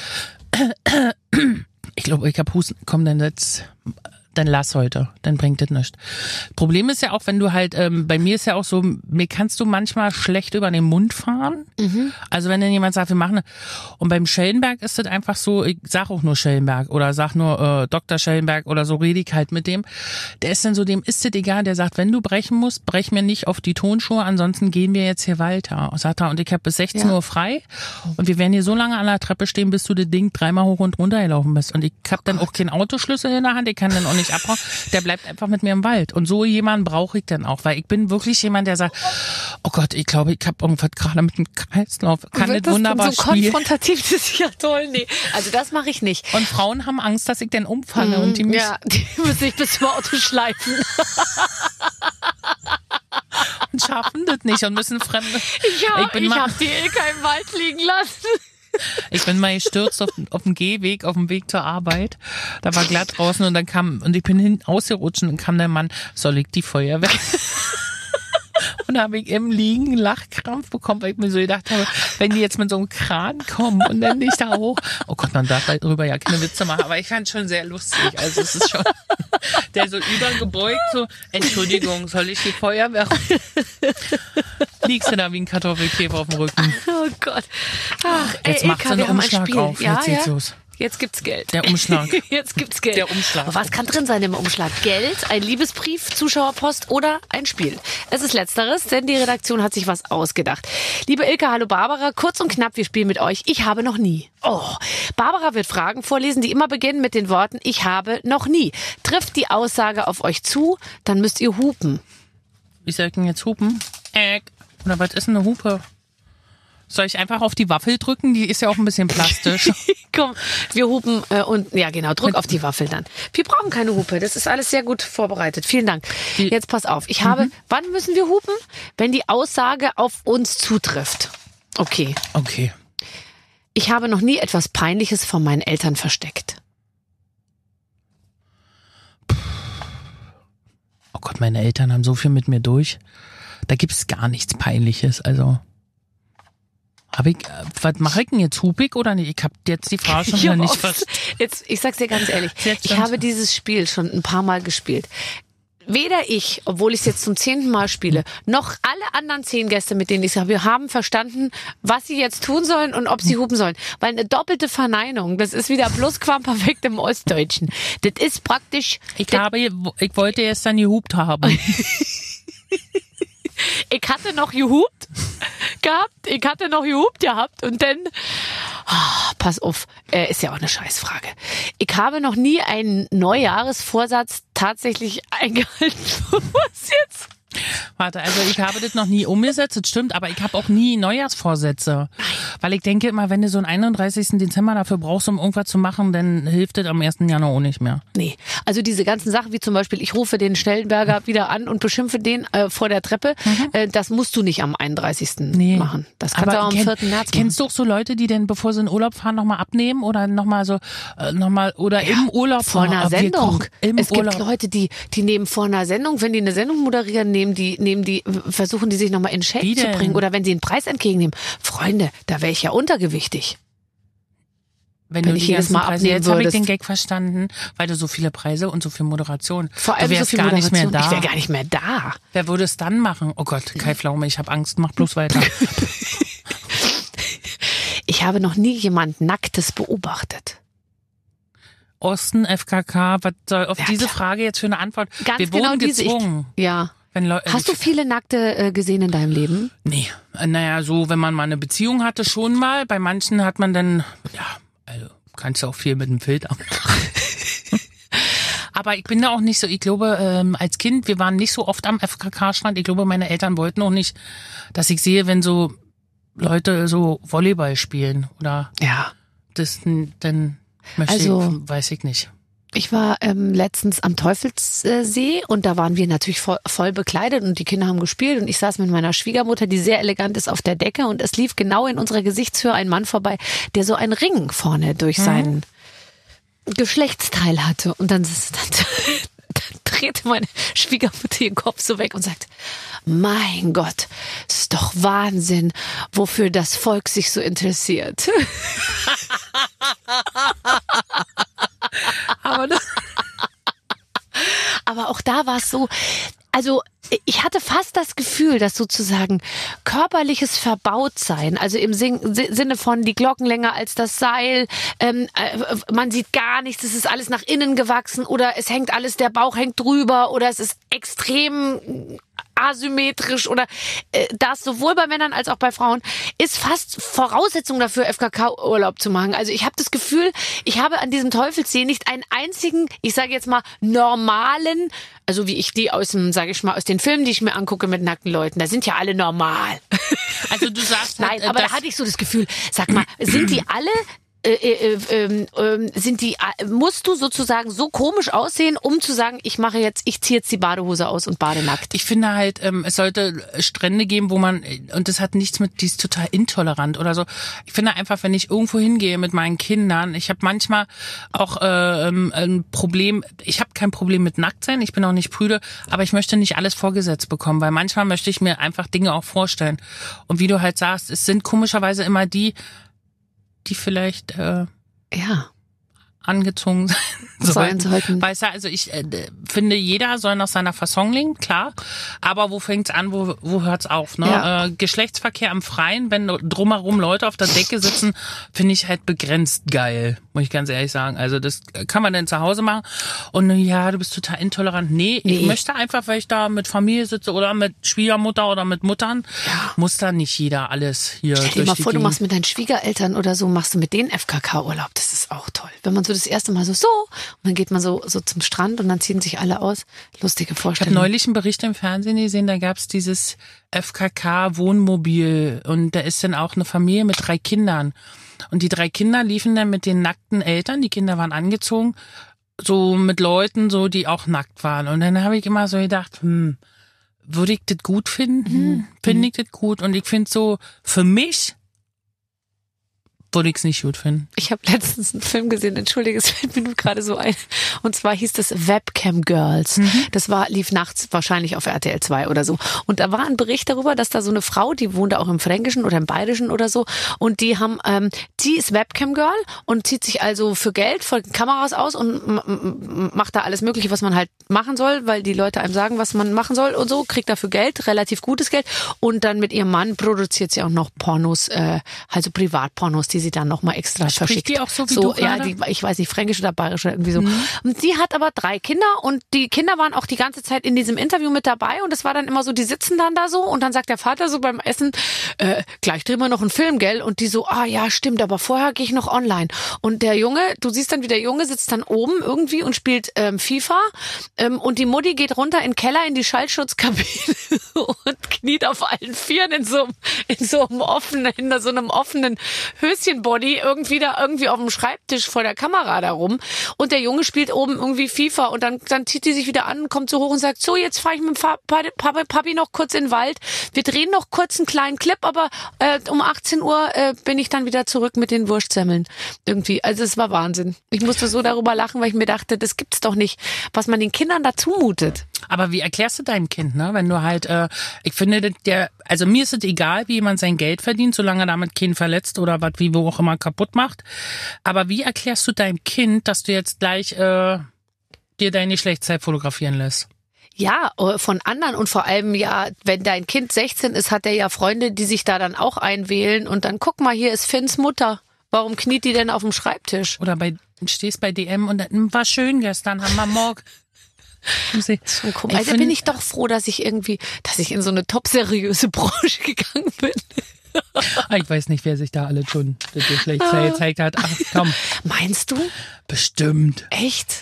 ich glaube, ich habe Husten, komm, dann lass heute, dann bringt das nichts. Problem ist ja auch, wenn du halt, bei mir ist ja auch so, mir kannst du manchmal schlecht über den Mund fahren. Also wenn dann jemand sagt, wir machen, und beim Schellenberg ist das einfach so, ich sag auch nur Schellenberg oder sag nur Dr. Schellenberg oder so, rede ich halt mit dem. Der ist dann so, dem ist das egal, der sagt, wenn du brechen musst, brech mir nicht auf die Tonschuhe, ansonsten gehen wir jetzt hier weiter. Sagt er, und ich habe bis 16 Uhr frei und wir werden hier so lange an der Treppe stehen, bis du das Ding 3-mal hoch und runter gelaufen bist. Und ich habe dann auch keinen Autoschlüssel in der Hand, ich kann dann auch nicht abhauen, der bleibt einfach mit mir im Wald. Und so jemanden brauche ich dann auch, weil ich bin wirklich jemand, der sagt, oh Gott, ich glaube, ich habe irgendwas gerade mit dem Kreislauf, kann nicht wunderbar so spielen. Konfrontativ, das ist ja toll. Nee, also das mache ich nicht. Und Frauen haben Angst, dass ich dann umfalle und die mich... Ja, die müssen sich bis zum Auto schleifen. Und schaffen das nicht und müssen Fremde... Ich hab die Ilka im Wald liegen lassen. Ich bin mal gestürzt auf dem Gehweg, auf dem Weg zur Arbeit. Da war glatt draußen und dann ich bin hinten ausgerutscht und dann kam der Mann, soll ich die Feuerwehr? Und da habe ich im Liegen einen Lachkrampf bekommen, weil ich mir so gedacht habe, wenn die jetzt mit so einem Kran kommen und dann nicht da hoch. Oh Gott, man darf darüber ja keine Witze machen, aber ich fand es schon sehr lustig. Also es ist schon, der so übergebeugt, so, Entschuldigung, soll ich die Feuerwehr? Liegst du da wie ein Kartoffelkäfer auf dem Rücken. Oh Gott. Ach, Jetzt macht so einen Umschlag auf. Ja, jetzt geht's los. Jetzt gibt's Geld. Der Umschlag. Jetzt gibt's Geld. Der Umschlag. Was kann drin sein im Umschlag? Geld, ein Liebesbrief, Zuschauerpost oder ein Spiel? Es ist Letzteres, denn die Redaktion hat sich was ausgedacht. Liebe Ilka, hallo Barbara, kurz und knapp, wir spielen mit euch. Ich habe noch nie. Oh, Barbara wird Fragen vorlesen, die immer beginnen mit den Worten ich habe noch nie. Trifft die Aussage auf euch zu, dann müsst ihr hupen. Wie soll ich denn jetzt hupen? Oder was ist denn eine Hupe? Soll ich einfach auf die Waffel drücken? Die ist ja auch ein bisschen plastisch. Komm, wir hupen und ja genau, drück auf die Waffel dann. Wir brauchen keine Hupe, das ist alles sehr gut vorbereitet. Vielen Dank. Jetzt pass auf, wann müssen wir hupen? Wenn die Aussage auf uns zutrifft. Okay. Ich habe noch nie etwas Peinliches von meinen Eltern versteckt. Oh Gott, meine Eltern haben so viel mit mir durch. Da gibt's gar nichts Peinliches. Also, was mache ich denn jetzt? Hupig oder nicht? Ich habe jetzt die Frage schon wieder nicht verstanden. Ich sag's dir ganz ehrlich, ich habe dieses Spiel schon ein paar Mal gespielt. Weder ich, obwohl ich es jetzt zum 10. Mal spiele, noch alle anderen 10 Gäste, mit denen ich es habe, haben verstanden, was sie jetzt tun sollen und ob sie hupen sollen. Weil eine doppelte Verneinung, das ist wieder Plusquamperfekt im Ostdeutschen. Das ist praktisch... Ich wollte jetzt dann gehupt haben. Ich hatte noch gehupt gehabt und dann... Oh, pass auf, ist ja auch eine Scheißfrage. Ich habe noch nie einen Neujahresvorsatz tatsächlich eingehalten. Was jetzt? Warte, also ich habe das noch nie umgesetzt, das stimmt, aber ich habe auch nie Neujahrsvorsätze. Weil ich denke immer, wenn du so einen 31. Dezember dafür brauchst, um irgendwas zu machen, dann hilft das am 1. Januar auch nicht mehr. Nee, also diese ganzen Sachen, wie zum Beispiel, ich rufe den Schnellenberger wieder an und beschimpfe den vor der Treppe, das musst du nicht am 31. machen. Das kannst du auch am 4. März machen. Kennst du auch so Leute, die denn, bevor sie in Urlaub fahren, nochmal abnehmen oder nochmal so, im Urlaub? Vor einer Sendung. Es gibt Leute, die nehmen vor einer Sendung, wenn die eine Sendung moderieren, versuchen die sich nochmal in Shape zu bringen oder wenn sie einen Preis entgegennehmen. Freunde, da wäre ich ja untergewichtig. Wenn du ich jedes Mal Preise, jetzt habe ich den Gag verstanden, weil du so viele Preise und so viel Moderation. Vor allem so viel Moderation. Ich wäre gar nicht mehr da. Wer würde es dann machen? Oh Gott, Kai Pflaume, ich habe Angst, mach bloß weiter. Ich habe noch nie jemand Nacktes beobachtet. Osten, FKK, was soll auf diese Frage jetzt für eine Antwort? Ganz Wir genau wurden gezwungen. Hast du viele Nackte gesehen in deinem Leben? Nee, naja, so, wenn man mal eine Beziehung hatte, schon mal. Bei manchen hat man dann, also kannst du auch viel mit dem Filter machen. Aber ich bin da auch nicht so, ich glaube, als Kind, wir waren nicht so oft am FKK-Strand. Ich glaube, meine Eltern wollten auch nicht, dass ich sehe, wenn so Leute so Volleyball spielen oder das dann weiß ich nicht. Ich war letztens am Teufelssee und da waren wir natürlich voll bekleidet und die Kinder haben gespielt und ich saß mit meiner Schwiegermutter, die sehr elegant ist, auf der Decke und es lief genau in unserer Gesichtshöhe ein Mann vorbei, der so einen Ring vorne durch seinen Geschlechtsteil hatte und dann drehte meine Schwiegermutter ihren Kopf so weg und sagt, mein Gott, ist doch Wahnsinn, wofür das Volk sich so interessiert. Aber auch da war es so, also ich hatte fast das Gefühl, dass sozusagen körperliches Verbautsein, also im Sinne von die Glocken länger als das Seil, man sieht gar nichts, es ist alles nach innen gewachsen oder es hängt alles, der Bauch hängt drüber oder es ist extrem asymmetrisch oder das sowohl bei Männern als auch bei Frauen ist fast Voraussetzung dafür, FKK-Urlaub zu machen. Also ich habe das Gefühl, ich habe an diesem Teufelssee nicht einen einzigen, ich sage jetzt mal normalen, also wie ich die aus dem, sage ich mal, aus den Filmen, die ich mir angucke mit nackten Leuten, da sind ja alle normal. Also du sagst nein, aber da hatte ich so das Gefühl, sag mal, sind die alle musst du sozusagen so komisch aussehen, um zu sagen, ich ziehe jetzt die Badehose aus und bade nackt? Ich finde halt, es sollte Strände geben, wo man, und das hat nichts mit, die ist total intolerant oder so. Ich finde einfach, wenn ich irgendwo hingehe mit meinen Kindern, ich habe manchmal auch ein Problem, ich habe kein Problem mit Nacktsein, ich bin auch nicht prüde, aber ich möchte nicht alles vorgesetzt bekommen, weil manchmal möchte ich mir einfach Dinge auch vorstellen. Und wie du halt sagst, es sind komischerweise immer die vielleicht angezogen Sein sollten. Weißt du, also ich finde, jeder soll nach seiner Fasson leben, klar. Aber wo fängt's an, wo hört's auf? Ne? Ja. Geschlechtsverkehr am Freien, wenn drumherum Leute auf der Decke sitzen, finde ich halt begrenzt geil, muss ich ganz ehrlich sagen. Also das kann man dann zu Hause machen. Und ja, du bist total intolerant. Nee, ich möchte einfach, weil ich da mit Familie sitze oder mit Schwiegermutter oder mit Muttern, muss da nicht jeder alles hier Stell dir mal vor, du machst mit deinen Schwiegereltern oder so, machst du mit denen FKK-Urlaub. Das ist auch toll. Wenn man so das erste Mal so und dann geht man so zum Strand und dann ziehen sich alle aus. Lustige Vorstellung. Ich habe neulich einen Bericht im Fernsehen gesehen, da gab's dieses FKK-Wohnmobil und da ist dann auch eine Familie mit 3 Kindern. Und die 3 Kinder liefen dann mit den nackten Eltern, die Kinder waren angezogen, so mit Leuten, so die auch nackt waren. Und dann habe ich immer so gedacht, würde ich das gut finden? Finde ich das gut? Und ich finde so, für mich würde ich es nicht gut finden. Ich habe letztens einen Film gesehen, entschuldige, es fällt mir nur gerade so ein. Und zwar hieß das Webcam Girls. Das lief nachts wahrscheinlich auf RTL 2 oder so. Und da war ein Bericht darüber, dass da so eine Frau, die wohnte auch im Fränkischen oder im Bayerischen oder so. Und die ist Webcam Girl und zieht sich also für Geld vor Kameras aus und macht da alles Mögliche, was man halt machen soll, weil die Leute einem sagen, was man machen soll und so, kriegt dafür Geld, relativ gutes Geld. Und dann mit ihrem Mann produziert sie auch noch Pornos, also Privatpornos, die sie dann nochmal extra verschickt. Die auch so wie du ja, gerade? ich weiß nicht, fränkisch oder bayerisch oder irgendwie so. Und sie hat aber 3 Kinder und die Kinder waren auch die ganze Zeit in diesem Interview mit dabei und es war dann immer so, die sitzen dann da so und dann sagt der Vater so beim Essen, gleich drehen wir noch einen Film, gell? Und die so, ja, stimmt, aber vorher gehe ich noch online. Und der Junge, du siehst dann, wie der Junge sitzt dann oben irgendwie und spielt FIFA und die Mutti geht runter in den Keller in die Schallschutzkabine und kniet auf allen Vieren in so einem offenen Höschenbody irgendwie auf dem Schreibtisch vor der Kamera da rum und der Junge spielt oben irgendwie FIFA und dann zieht die sich wieder an, kommt so hoch und sagt, so, jetzt fahre ich mit dem Papi noch kurz in den Wald. Wir drehen noch kurz einen kleinen Clip, aber um 18 Uhr bin ich dann wieder zurück mit den Wurstsemmeln. Irgendwie, also es war Wahnsinn. Ich musste so darüber lachen, weil ich mir dachte, das gibt's doch nicht, was man den Kindern da zumutet. Aber wie erklärst du deinem Kind, ne? Wenn du halt, ich finde, also mir ist es egal, wie jemand sein Geld verdient, solange er damit keinen verletzt oder was, wie wo auch immer kaputt macht. Aber wie erklärst du deinem Kind, dass du jetzt gleich dir deine Geschlechtszeit fotografieren lässt? Ja, von anderen und vor allem ja, wenn dein Kind 16 ist, hat er ja Freunde, die sich da dann auch einwählen und dann guck mal, hier ist Finns Mutter. Warum kniet die denn auf dem Schreibtisch? Oder stehst bei DM und dann, war schön gestern, haben wir morgen. Schon komisch. Also bin ich doch froh, dass ich in so eine top-seriöse Branche gegangen bin. Ich weiß nicht, wer sich da alle schon das Geschlechtsteil gezeigt hat. Ach komm. Meinst du? Bestimmt. Echt?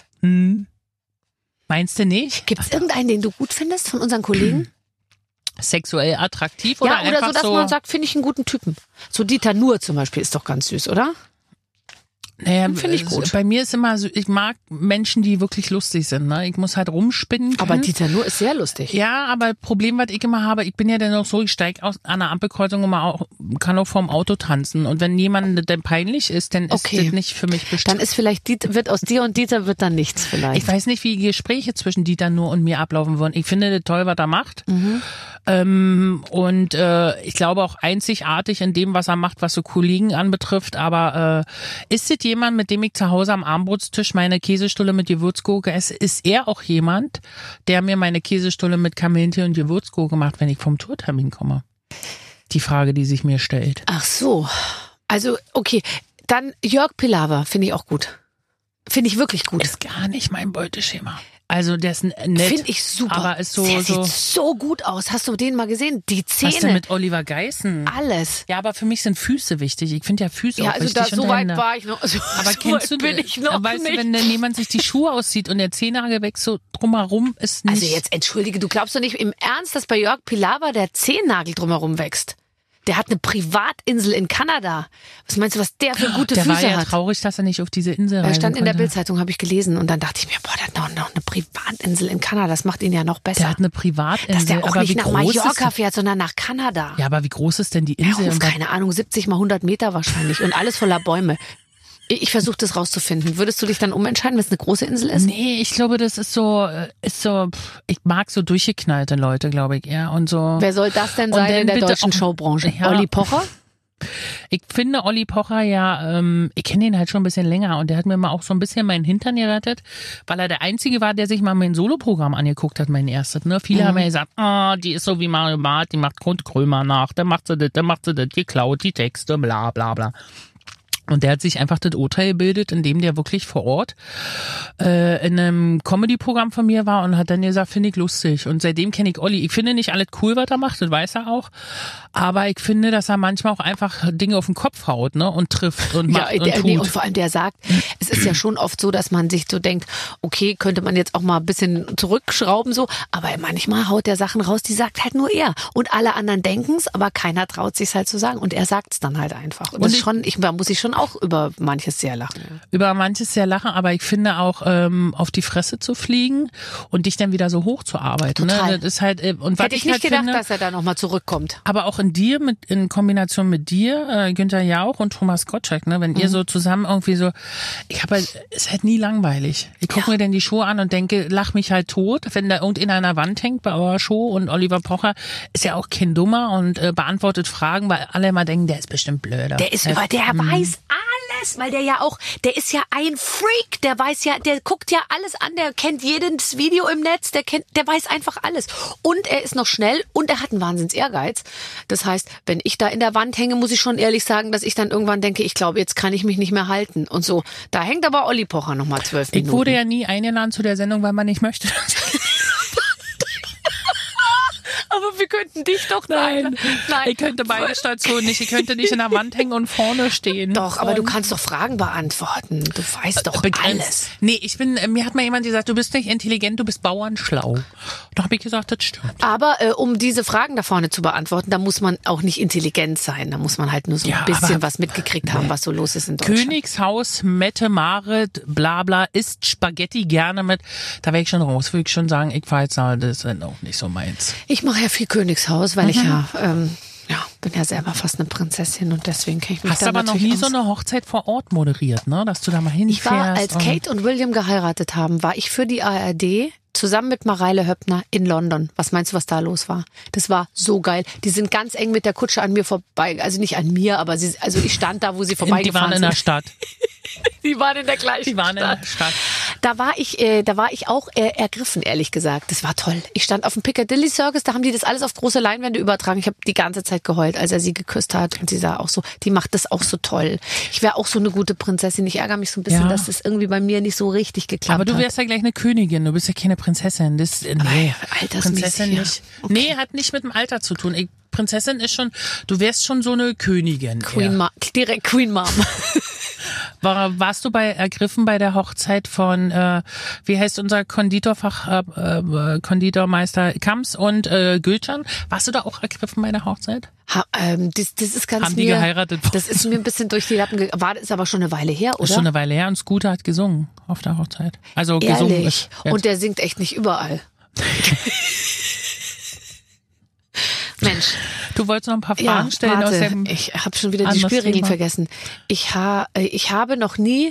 Meinst du nicht? Gibt es irgendeinen, den du gut findest von unseren Kollegen? Sexuell attraktiv oder ja, oder einfach so, dass man sagt, finde ich einen guten Typen. So Dieter Nuhr zum Beispiel ist doch ganz süß, oder? Naja, finde ich gut. Bei mir ist immer so, ich mag Menschen, die wirklich lustig sind. Ne? Ich muss halt rumspinnen können. Aber Dieter Nuhr ist sehr lustig. Ja, aber Problem, was ich immer habe, ich bin ja dann auch so, ich steige an einer Ampelkreuzung und kann auch vorm Auto tanzen. Und wenn jemand dann peinlich ist, dann ist das nicht für mich bestimmt. Dann ist vielleicht, wird aus dir und Dieter wird dann nichts vielleicht. Ich weiß nicht, wie Gespräche zwischen Dieter Nuhr und mir ablaufen würden. Ich finde das toll, was er macht. Und ich glaube auch einzigartig in dem, was er macht, was so Kollegen anbetrifft. Aber ist es jemand, mit dem ich zu Hause am Armbrotstisch meine Käsestulle mit Gewürzgurke esse? Ist er auch jemand, der mir meine Käsestulle mit Kamillentee und Gewürzgurke macht, wenn ich vom Tourtermin komme? Die Frage, die sich mir stellt. Ach so. Also, okay. Dann Jörg Pilawa finde ich auch gut. Finde ich wirklich gut. Ist gar nicht mein Beuteschema. Also der ist nett. Finde ich super. Aber ist so, der sieht so gut aus. Hast du den mal gesehen? Die Zähne. Was denn mit Oliver Geißen? Alles. Ja, aber für mich sind Füße wichtig. Ich finde ja Füße auch wichtig. Ja, also so weit war ich noch. Also, aber so kennst du, bin ich noch weißt nicht. du, wenn dann jemand sich die Schuhe auszieht und der Zehennagel weg so drumherum ist nicht... Also jetzt entschuldige, du glaubst doch nicht im Ernst, dass bei Jörg Pilawa der Zehennagel drumherum wächst? Der hat eine Privatinsel in Kanada. Was meinst du, was der für gute Füße hat? Der war ja traurig, dass er nicht auf diese Insel reisen Er stand in der konnte. Bildzeitung, habe ich gelesen. Und dann dachte ich mir, boah, der hat noch eine Privatinsel in Kanada. Das macht ihn ja noch besser. Der hat eine Privatinsel. Dass der auch aber nicht wie nach groß Mallorca ist, fährt, sondern nach Kanada. ja, aber wie groß ist denn die Insel? Ja, keine Ahnung, 70 mal 100 Meter wahrscheinlich. Und alles voller Bäume. Ich versuche das rauszufinden. Würdest du dich dann umentscheiden, wenn es eine große Insel ist? Nee, ich glaube, das ist so, ich mag so durchgeknallte Leute, glaube ich, eher. Und so. Wer soll das denn sein in der deutschen Showbranche? Ja. Olli Pocher? Ich finde Olli Pocher ja, ich kenne ihn halt schon ein bisschen länger und der hat mir mal auch so ein bisschen meinen Hintern gerettet, weil er der Einzige war, der sich mal mein Soloprogramm angeguckt hat, mein erstes. Ne? Viele haben ja gesagt, die ist so wie Mario Barth, die macht Kurt Krömer nach, dann macht sie das, geklaut, die Texte, bla bla bla. Und der hat sich einfach das Urteil gebildet, indem der wirklich vor Ort in einem Comedy-Programm von mir war und hat dann gesagt, finde ich lustig. Und seitdem kenne ich Olli. Ich finde nicht alles cool, was er macht, das weiß er auch. Aber ich finde, dass er manchmal auch einfach Dinge auf den Kopf haut, ne? Und trifft und macht und tut. Nee, und vor allem der sagt, es ist ja schon oft so, dass man sich so denkt, okay, könnte man jetzt auch mal ein bisschen zurückschrauben so. Aber manchmal haut der Sachen raus, die sagt halt nur er. Und alle anderen denken's, aber keiner traut sich's halt zu sagen. Und er sagt's dann halt einfach. Und das ist schon, da muss ich schon auch über manches sehr lachen. Ja. Über manches sehr lachen, aber ich finde auch, auf die Fresse zu fliegen und dich dann wieder so hochzuarbeiten. Total. Ne? Das ist halt, und Hätte ich nicht halt gedacht, finde, dass er da nochmal zurückkommt. aber auch in Kombination mit dir, Günther Jauch und Thomas Gottschalk, ne, wenn ihr so zusammen irgendwie so, es ist halt nie langweilig. Ich gucke mir dann die Show an und denke, lach mich halt tot, wenn da irgendeiner an der Wand hängt bei eurer Show und Oliver Pocher ist ja auch kein Dummer und beantwortet Fragen, weil alle immer denken, der ist bestimmt blöder. Der ist der weiß alles, weil der ist ja ein Freak, der weiß ja, der guckt ja alles an, der kennt jedes Video im Netz, der weiß einfach alles. Und er ist noch schnell und er hat einen Wahnsinns Ehrgeiz. Das heißt, wenn ich da in der Wand hänge, muss ich schon ehrlich sagen, dass ich dann irgendwann denke, ich glaube, jetzt kann ich mich nicht mehr halten und so. Da hängt aber Olli Pocher nochmal 12 Minuten. Ich wurde ja nie eingeladen zu der Sendung, weil man nicht möchte. Aber wir könnten dich doch Nein. Ich könnte beide Stationen nicht. Ich könnte nicht in der Wand hängen und vorne stehen. Doch, aber du kannst doch Fragen beantworten. Du weißt doch alles. Nee, mir hat mal jemand gesagt, du bist nicht intelligent, du bist bauernschlau. Da habe ich gesagt, das stimmt. Aber um diese Fragen da vorne zu beantworten, da muss man auch nicht intelligent sein. Da muss man halt nur so ein bisschen was mitgekriegt haben, was so los ist in Deutschland. Königshaus, Mette, Marit, bla bla, isst Spaghetti gerne mit. Da wäre ich schon raus, würde ich schon sagen, ich war jetzt, das ist auch nicht so meins. Ich mache ja viel Königshaus, weil ich bin ja selber fast eine Prinzessin und deswegen kenne ich mich Hast aber noch nie so eine Hochzeit vor Ort moderiert, ne? Dass du da mal hinfährst. Ich war, als Kate und William geheiratet haben, war ich für die ARD zusammen mit Mareile Höppner in London. Was meinst du, was da los war? Das war so geil. Die sind ganz eng mit der Kutsche an mir vorbei. Also nicht an mir, aber ich stand da, wo sie vorbeigefahren sind. Die waren in der Stadt. Die waren in der gleichen Stadt. Die waren in der Stadt. Da war ich auch ergriffen, ehrlich gesagt. Das war toll. Ich stand auf dem Piccadilly Circus, da haben die das alles auf große Leinwände übertragen. Ich habe die ganze Zeit geheult, als er sie geküsst hat. Und sie sah auch so, die macht das auch so toll. Ich wäre auch so eine gute Prinzessin. Ich ärgere mich so ein bisschen, dass das irgendwie bei mir nicht so richtig geklappt hat. Aber du wärst ja gleich eine Königin. Du bist ja keine Prinzessin. Nee, Prinzessin nicht. Okay. Nee, hat nicht mit dem Alter zu tun. Prinzessin ist schon, du wärst schon so eine Königin. Direkt Queen Mom. Warst du ergriffen bei der Hochzeit von, wie heißt unser Konditormeister Kamps und Gülcan? Warst du da auch ergriffen bei der Hochzeit? Das ist ganz Haben die geheiratet? Das ist mir ein bisschen durch die Lappen gegangen. Ist aber schon eine Weile her, oder? Ist schon eine Weile her und Scooter hat gesungen auf der Hochzeit. Also ehrlich? Gesungen ist. Und der singt echt nicht überall. Mensch. Du wolltest noch ein paar Fragen stellen. Warte, ich habe schon wieder die Spielregeln vergessen. Ich habe noch nie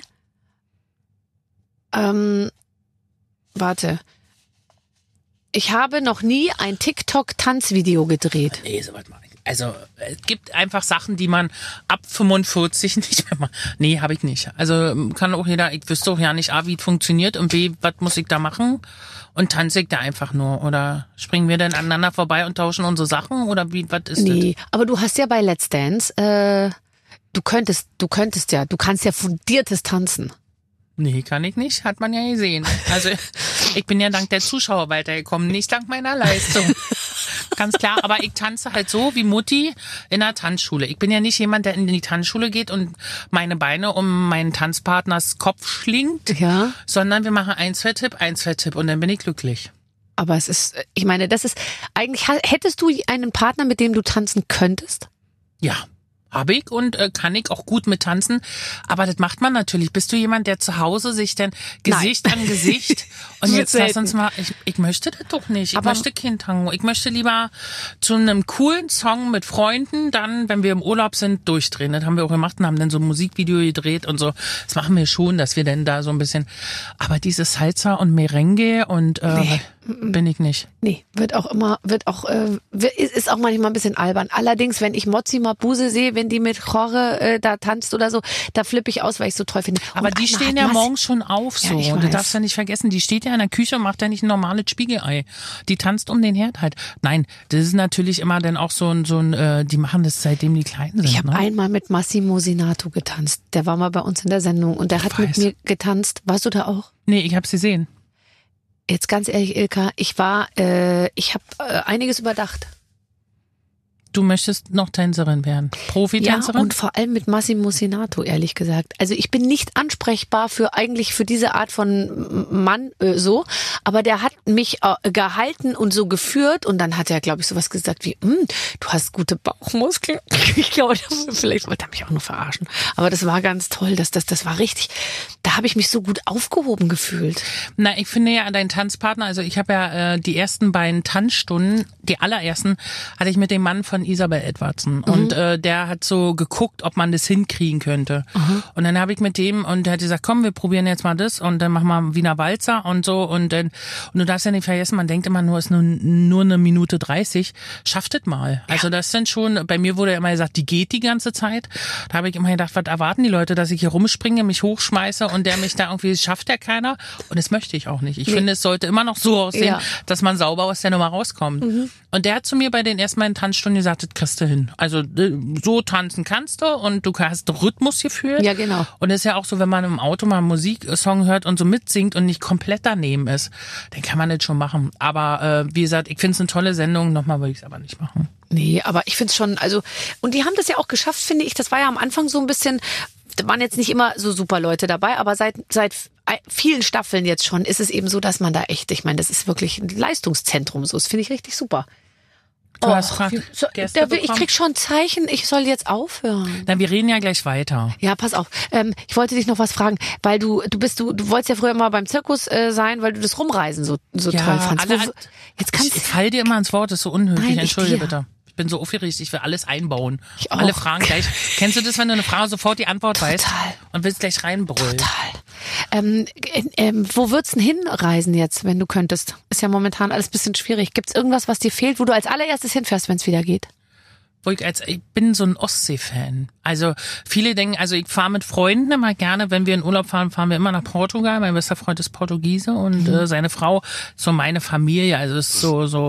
Ich habe noch nie ein TikTok-Tanzvideo gedreht. Nee, so was mal. Also es gibt einfach Sachen, die man ab 45 nicht mehr macht. Nee, habe ich nicht. Also kann auch jeder, ich wüsste auch ja nicht, A, wie es funktioniert und B, was muss ich da machen? Und tanze ich da einfach nur? Oder springen wir dann aneinander vorbei und tauschen unsere Sachen? Oder wie, was ist das? Nee, aber du hast ja bei Let's Dance, du kannst ja fundiertes Tanzen. Nee, kann ich nicht, hat man ja gesehen. Also ich bin ja dank der Zuschauer weitergekommen, nicht dank meiner Leistung. Ganz klar, aber ich tanze halt so wie Mutti in der Tanzschule. Ich bin ja nicht jemand, der in die Tanzschule geht und meine Beine um meinen Tanzpartners Kopf schlingt, sondern wir machen 1, 2 Tipp und dann bin ich glücklich. Aber es ist, ich meine, das ist, eigentlich, hättest du einen Partner, mit dem du tanzen könntest? Ja. Habe ich und kann ich auch gut mit tanzen. Aber das macht man natürlich. Bist du jemand, der zu Hause sich dann Gesicht an Gesicht und jetzt lass uns mal, ich möchte das doch nicht. Ich möchte kein Tango. Ich möchte lieber zu einem coolen Song mit Freunden dann, wenn wir im Urlaub sind, durchdrehen. Das haben wir auch gemacht und haben dann so ein Musikvideo gedreht und so. Das machen wir schon, dass wir dann da so ein bisschen, aber dieses Salsa und Merengue und Bin ich nicht. Nee, ist auch manchmal ein bisschen albern. Allerdings, wenn ich Mozzi Mabuse sehe, wenn die mit Jorge da tanzt oder so, da flippe ich aus, weil ich so toll finde. Aber die stehen ja morgens schon auf so. Ja, und du darfst ja nicht vergessen, die steht ja in der Küche und macht ja nicht ein normales Spiegelei. Die tanzt um den Herd halt. Nein, das ist natürlich immer dann auch so ein die machen das seitdem die klein sind. Ich habe einmal mit Massimo Sinato getanzt. Der war mal bei uns in der Sendung und der hat mit mir getanzt. Warst du da auch? Nee, ich hab's gesehen. Jetzt ganz ehrlich, Ilka, ich habe einiges überdacht. Du möchtest noch Tänzerin werden? Profitänzerin? Ja, und vor allem mit Massimo Sinato, ehrlich gesagt. Also ich bin nicht ansprechbar für diese Art von Mann so, aber der hat mich gehalten und so geführt und dann hat er, glaube ich, sowas gesagt wie, du hast gute Bauchmuskeln. Ich glaube, vielleicht wollte er mich auch nur verarschen. Aber das war ganz toll, das war richtig, da habe ich mich so gut aufgehoben gefühlt. Na, ich finde ja, dein Tanzpartner, also ich habe ja die ersten beiden Tanzstunden, die allerersten, hatte ich mit dem Mann von Isabel Edwardson. Und der hat so geguckt, ob man das hinkriegen könnte. Und dann habe ich mit dem, und der hat gesagt, komm, wir probieren jetzt mal das und dann machen wir Wiener Walzer und so. Und du darfst ja nicht vergessen, man denkt immer nur, es ist nur eine Minute 30. Schafft es mal. Also das sind schon, bei mir wurde ja immer gesagt, die geht die ganze Zeit. Da habe ich immer gedacht, was erwarten die Leute, dass ich hier rumspringe, mich hochschmeiße und der mich da irgendwie, schafft ja keiner. Und das möchte ich auch nicht. Ich finde, es sollte immer noch so aussehen, dass man sauber aus der Nummer rauskommt. Und der hat zu mir bei den ersten beiden Tanzstunden gesagt, das kriegst du hin. Also so tanzen kannst du und du hast Rhythmusgefühl. Ja, genau. Und es ist ja auch so, wenn man im Auto mal einen Musiksong hört und so mitsingt und nicht komplett daneben ist, dann kann man das schon machen. Aber wie gesagt, ich finde es eine tolle Sendung. Nochmal würde ich es aber nicht machen. Nee, aber ich finde es schon, also, und die haben das ja auch geschafft, finde ich. Das war ja am Anfang so ein bisschen, da waren jetzt nicht immer so super Leute dabei, aber seit vielen Staffeln jetzt schon ist es eben so, dass man da echt, ich meine, das ist wirklich ein Leistungszentrum, so, das finde ich richtig super. Du hast ich krieg schon Zeichen, ich soll jetzt aufhören. Na, wir reden ja gleich weiter. Ja, pass auf. Ich wollte dich noch was fragen, weil du wolltest ja früher mal beim Zirkus sein, weil du das Rumreisen so toll fandst. Ich fall dir immer ins Wort, das ist so unhöflich. Nein, Entschuldige bitte. Ich bin so aufgeregt, ich will alles einbauen. Ich auch. Alle Fragen gleich. Kennst du das, wenn du eine Frage sofort die Antwort weißt? Und willst gleich reinbrüllen? Total. Wo würdest du denn hinreisen jetzt, wenn du könntest? Ist ja momentan alles ein bisschen schwierig. Gibt's irgendwas, was dir fehlt, wo du als allererstes hinfährst, wenn es wieder geht? Ich bin so ein Ostsee-Fan. Also viele denken, also ich fahre mit Freunden immer gerne, wenn wir in Urlaub fahren, fahren wir immer nach Portugal. Mein bester Freund ist Portugiese und seine Frau ist so meine Familie. Also es ist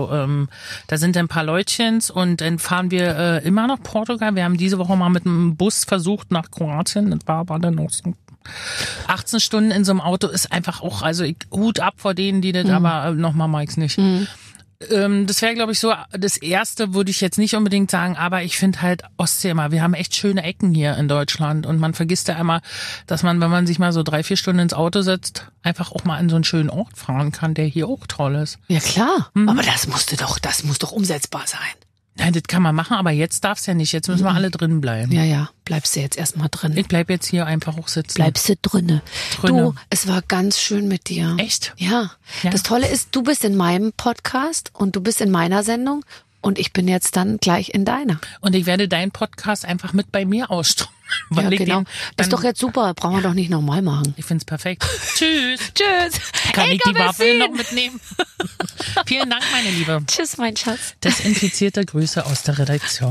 da sind ein paar Leutchens und dann fahren wir immer nach Portugal. Wir haben diese Woche mal mit einem Bus versucht nach Kroatien. Das war aber dann auch so 18 Stunden in so einem Auto ist einfach auch, also Hut ab vor denen, die das, aber nochmal mag ich's nicht. Das wäre, glaube ich, so das Erste, würde ich jetzt nicht unbedingt sagen, aber ich finde halt Ostsee immer, wir haben echt schöne Ecken hier in Deutschland und man vergisst ja einmal, dass man, wenn man sich mal so 3-4 Stunden ins Auto setzt, einfach auch mal an so einen schönen Ort fahren kann, der hier auch toll ist. Ja klar, aber das muss doch umsetzbar sein. Nein, das kann man machen, aber jetzt darf's ja nicht. Jetzt müssen wir alle drin bleiben. Ja, bleibst du jetzt erstmal drin. Ich bleib jetzt hier einfach auch sitzen. Bleibst du drinne. Du, es war ganz schön mit dir. Echt? Ja. Das Tolle ist, du bist in meinem Podcast und du bist in meiner Sendung und ich bin jetzt dann gleich in deiner. Und ich werde deinen Podcast einfach mit bei mir ausstrahlen. Ja, genau. Ist doch jetzt super. Brauchen wir doch nicht nochmal machen. Ich find's perfekt. Tschüss. Tschüss. Kann ich die Waffel noch mitnehmen? Vielen Dank, meine Liebe. Tschüss, mein Schatz. Desinfizierte Grüße aus der Redaktion.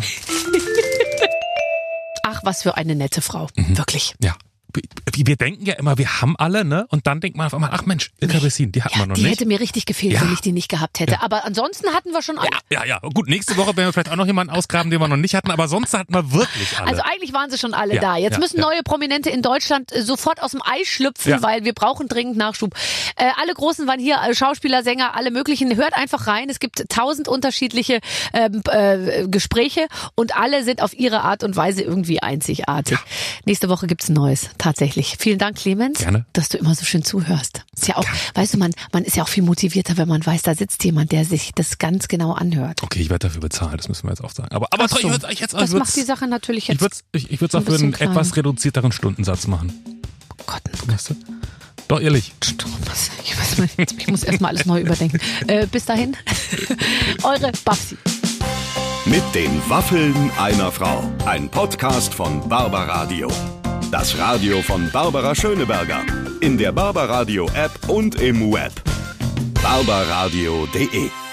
Ach, was für eine nette Frau. Wirklich. Ja. Wir denken ja immer, wir haben alle, ne? Und dann denkt man auf einmal, ach Mensch, Ilka Bessin, die hatten wir noch die nicht. Die hätte mir richtig gefehlt, wenn ich die nicht gehabt hätte. Aber ansonsten hatten wir schon alle. Ja. Gut, nächste Woche werden wir vielleicht auch noch jemanden ausgraben, den wir noch nicht hatten, aber sonst hatten wir wirklich alle. Also eigentlich waren sie schon alle da. Jetzt müssen neue Prominente in Deutschland sofort aus dem Ei schlüpfen, weil wir brauchen dringend Nachschub. Alle Großen waren hier, Schauspieler, Sänger, alle möglichen. Hört einfach rein. Es gibt 1000 unterschiedliche Gespräche und alle sind auf ihre Art und Weise irgendwie einzigartig. Ja. Nächste Woche gibt's ein neues, tatsächlich. Vielen Dank, Clemens, dass du immer so schön zuhörst. Ist ja auch, weißt du, man ist ja auch viel motivierter, wenn man weiß, da sitzt jemand, der sich das ganz genau anhört. Okay, ich werde dafür bezahlen, das müssen wir jetzt auch sagen. Aber das macht die Sache natürlich jetzt. Ich würde es auch für einen etwas reduzierteren Stundensatz machen. Oh Gott. Weißt du? Doch, ehrlich. Ich muss erstmal alles neu überdenken. Bis dahin, eure Babsi. Mit den Waffeln einer Frau. Ein Podcast von Barbaradio. Das Radio von Barbara Schöneberger. In der Barbaradio App und im Web. barbaradio.de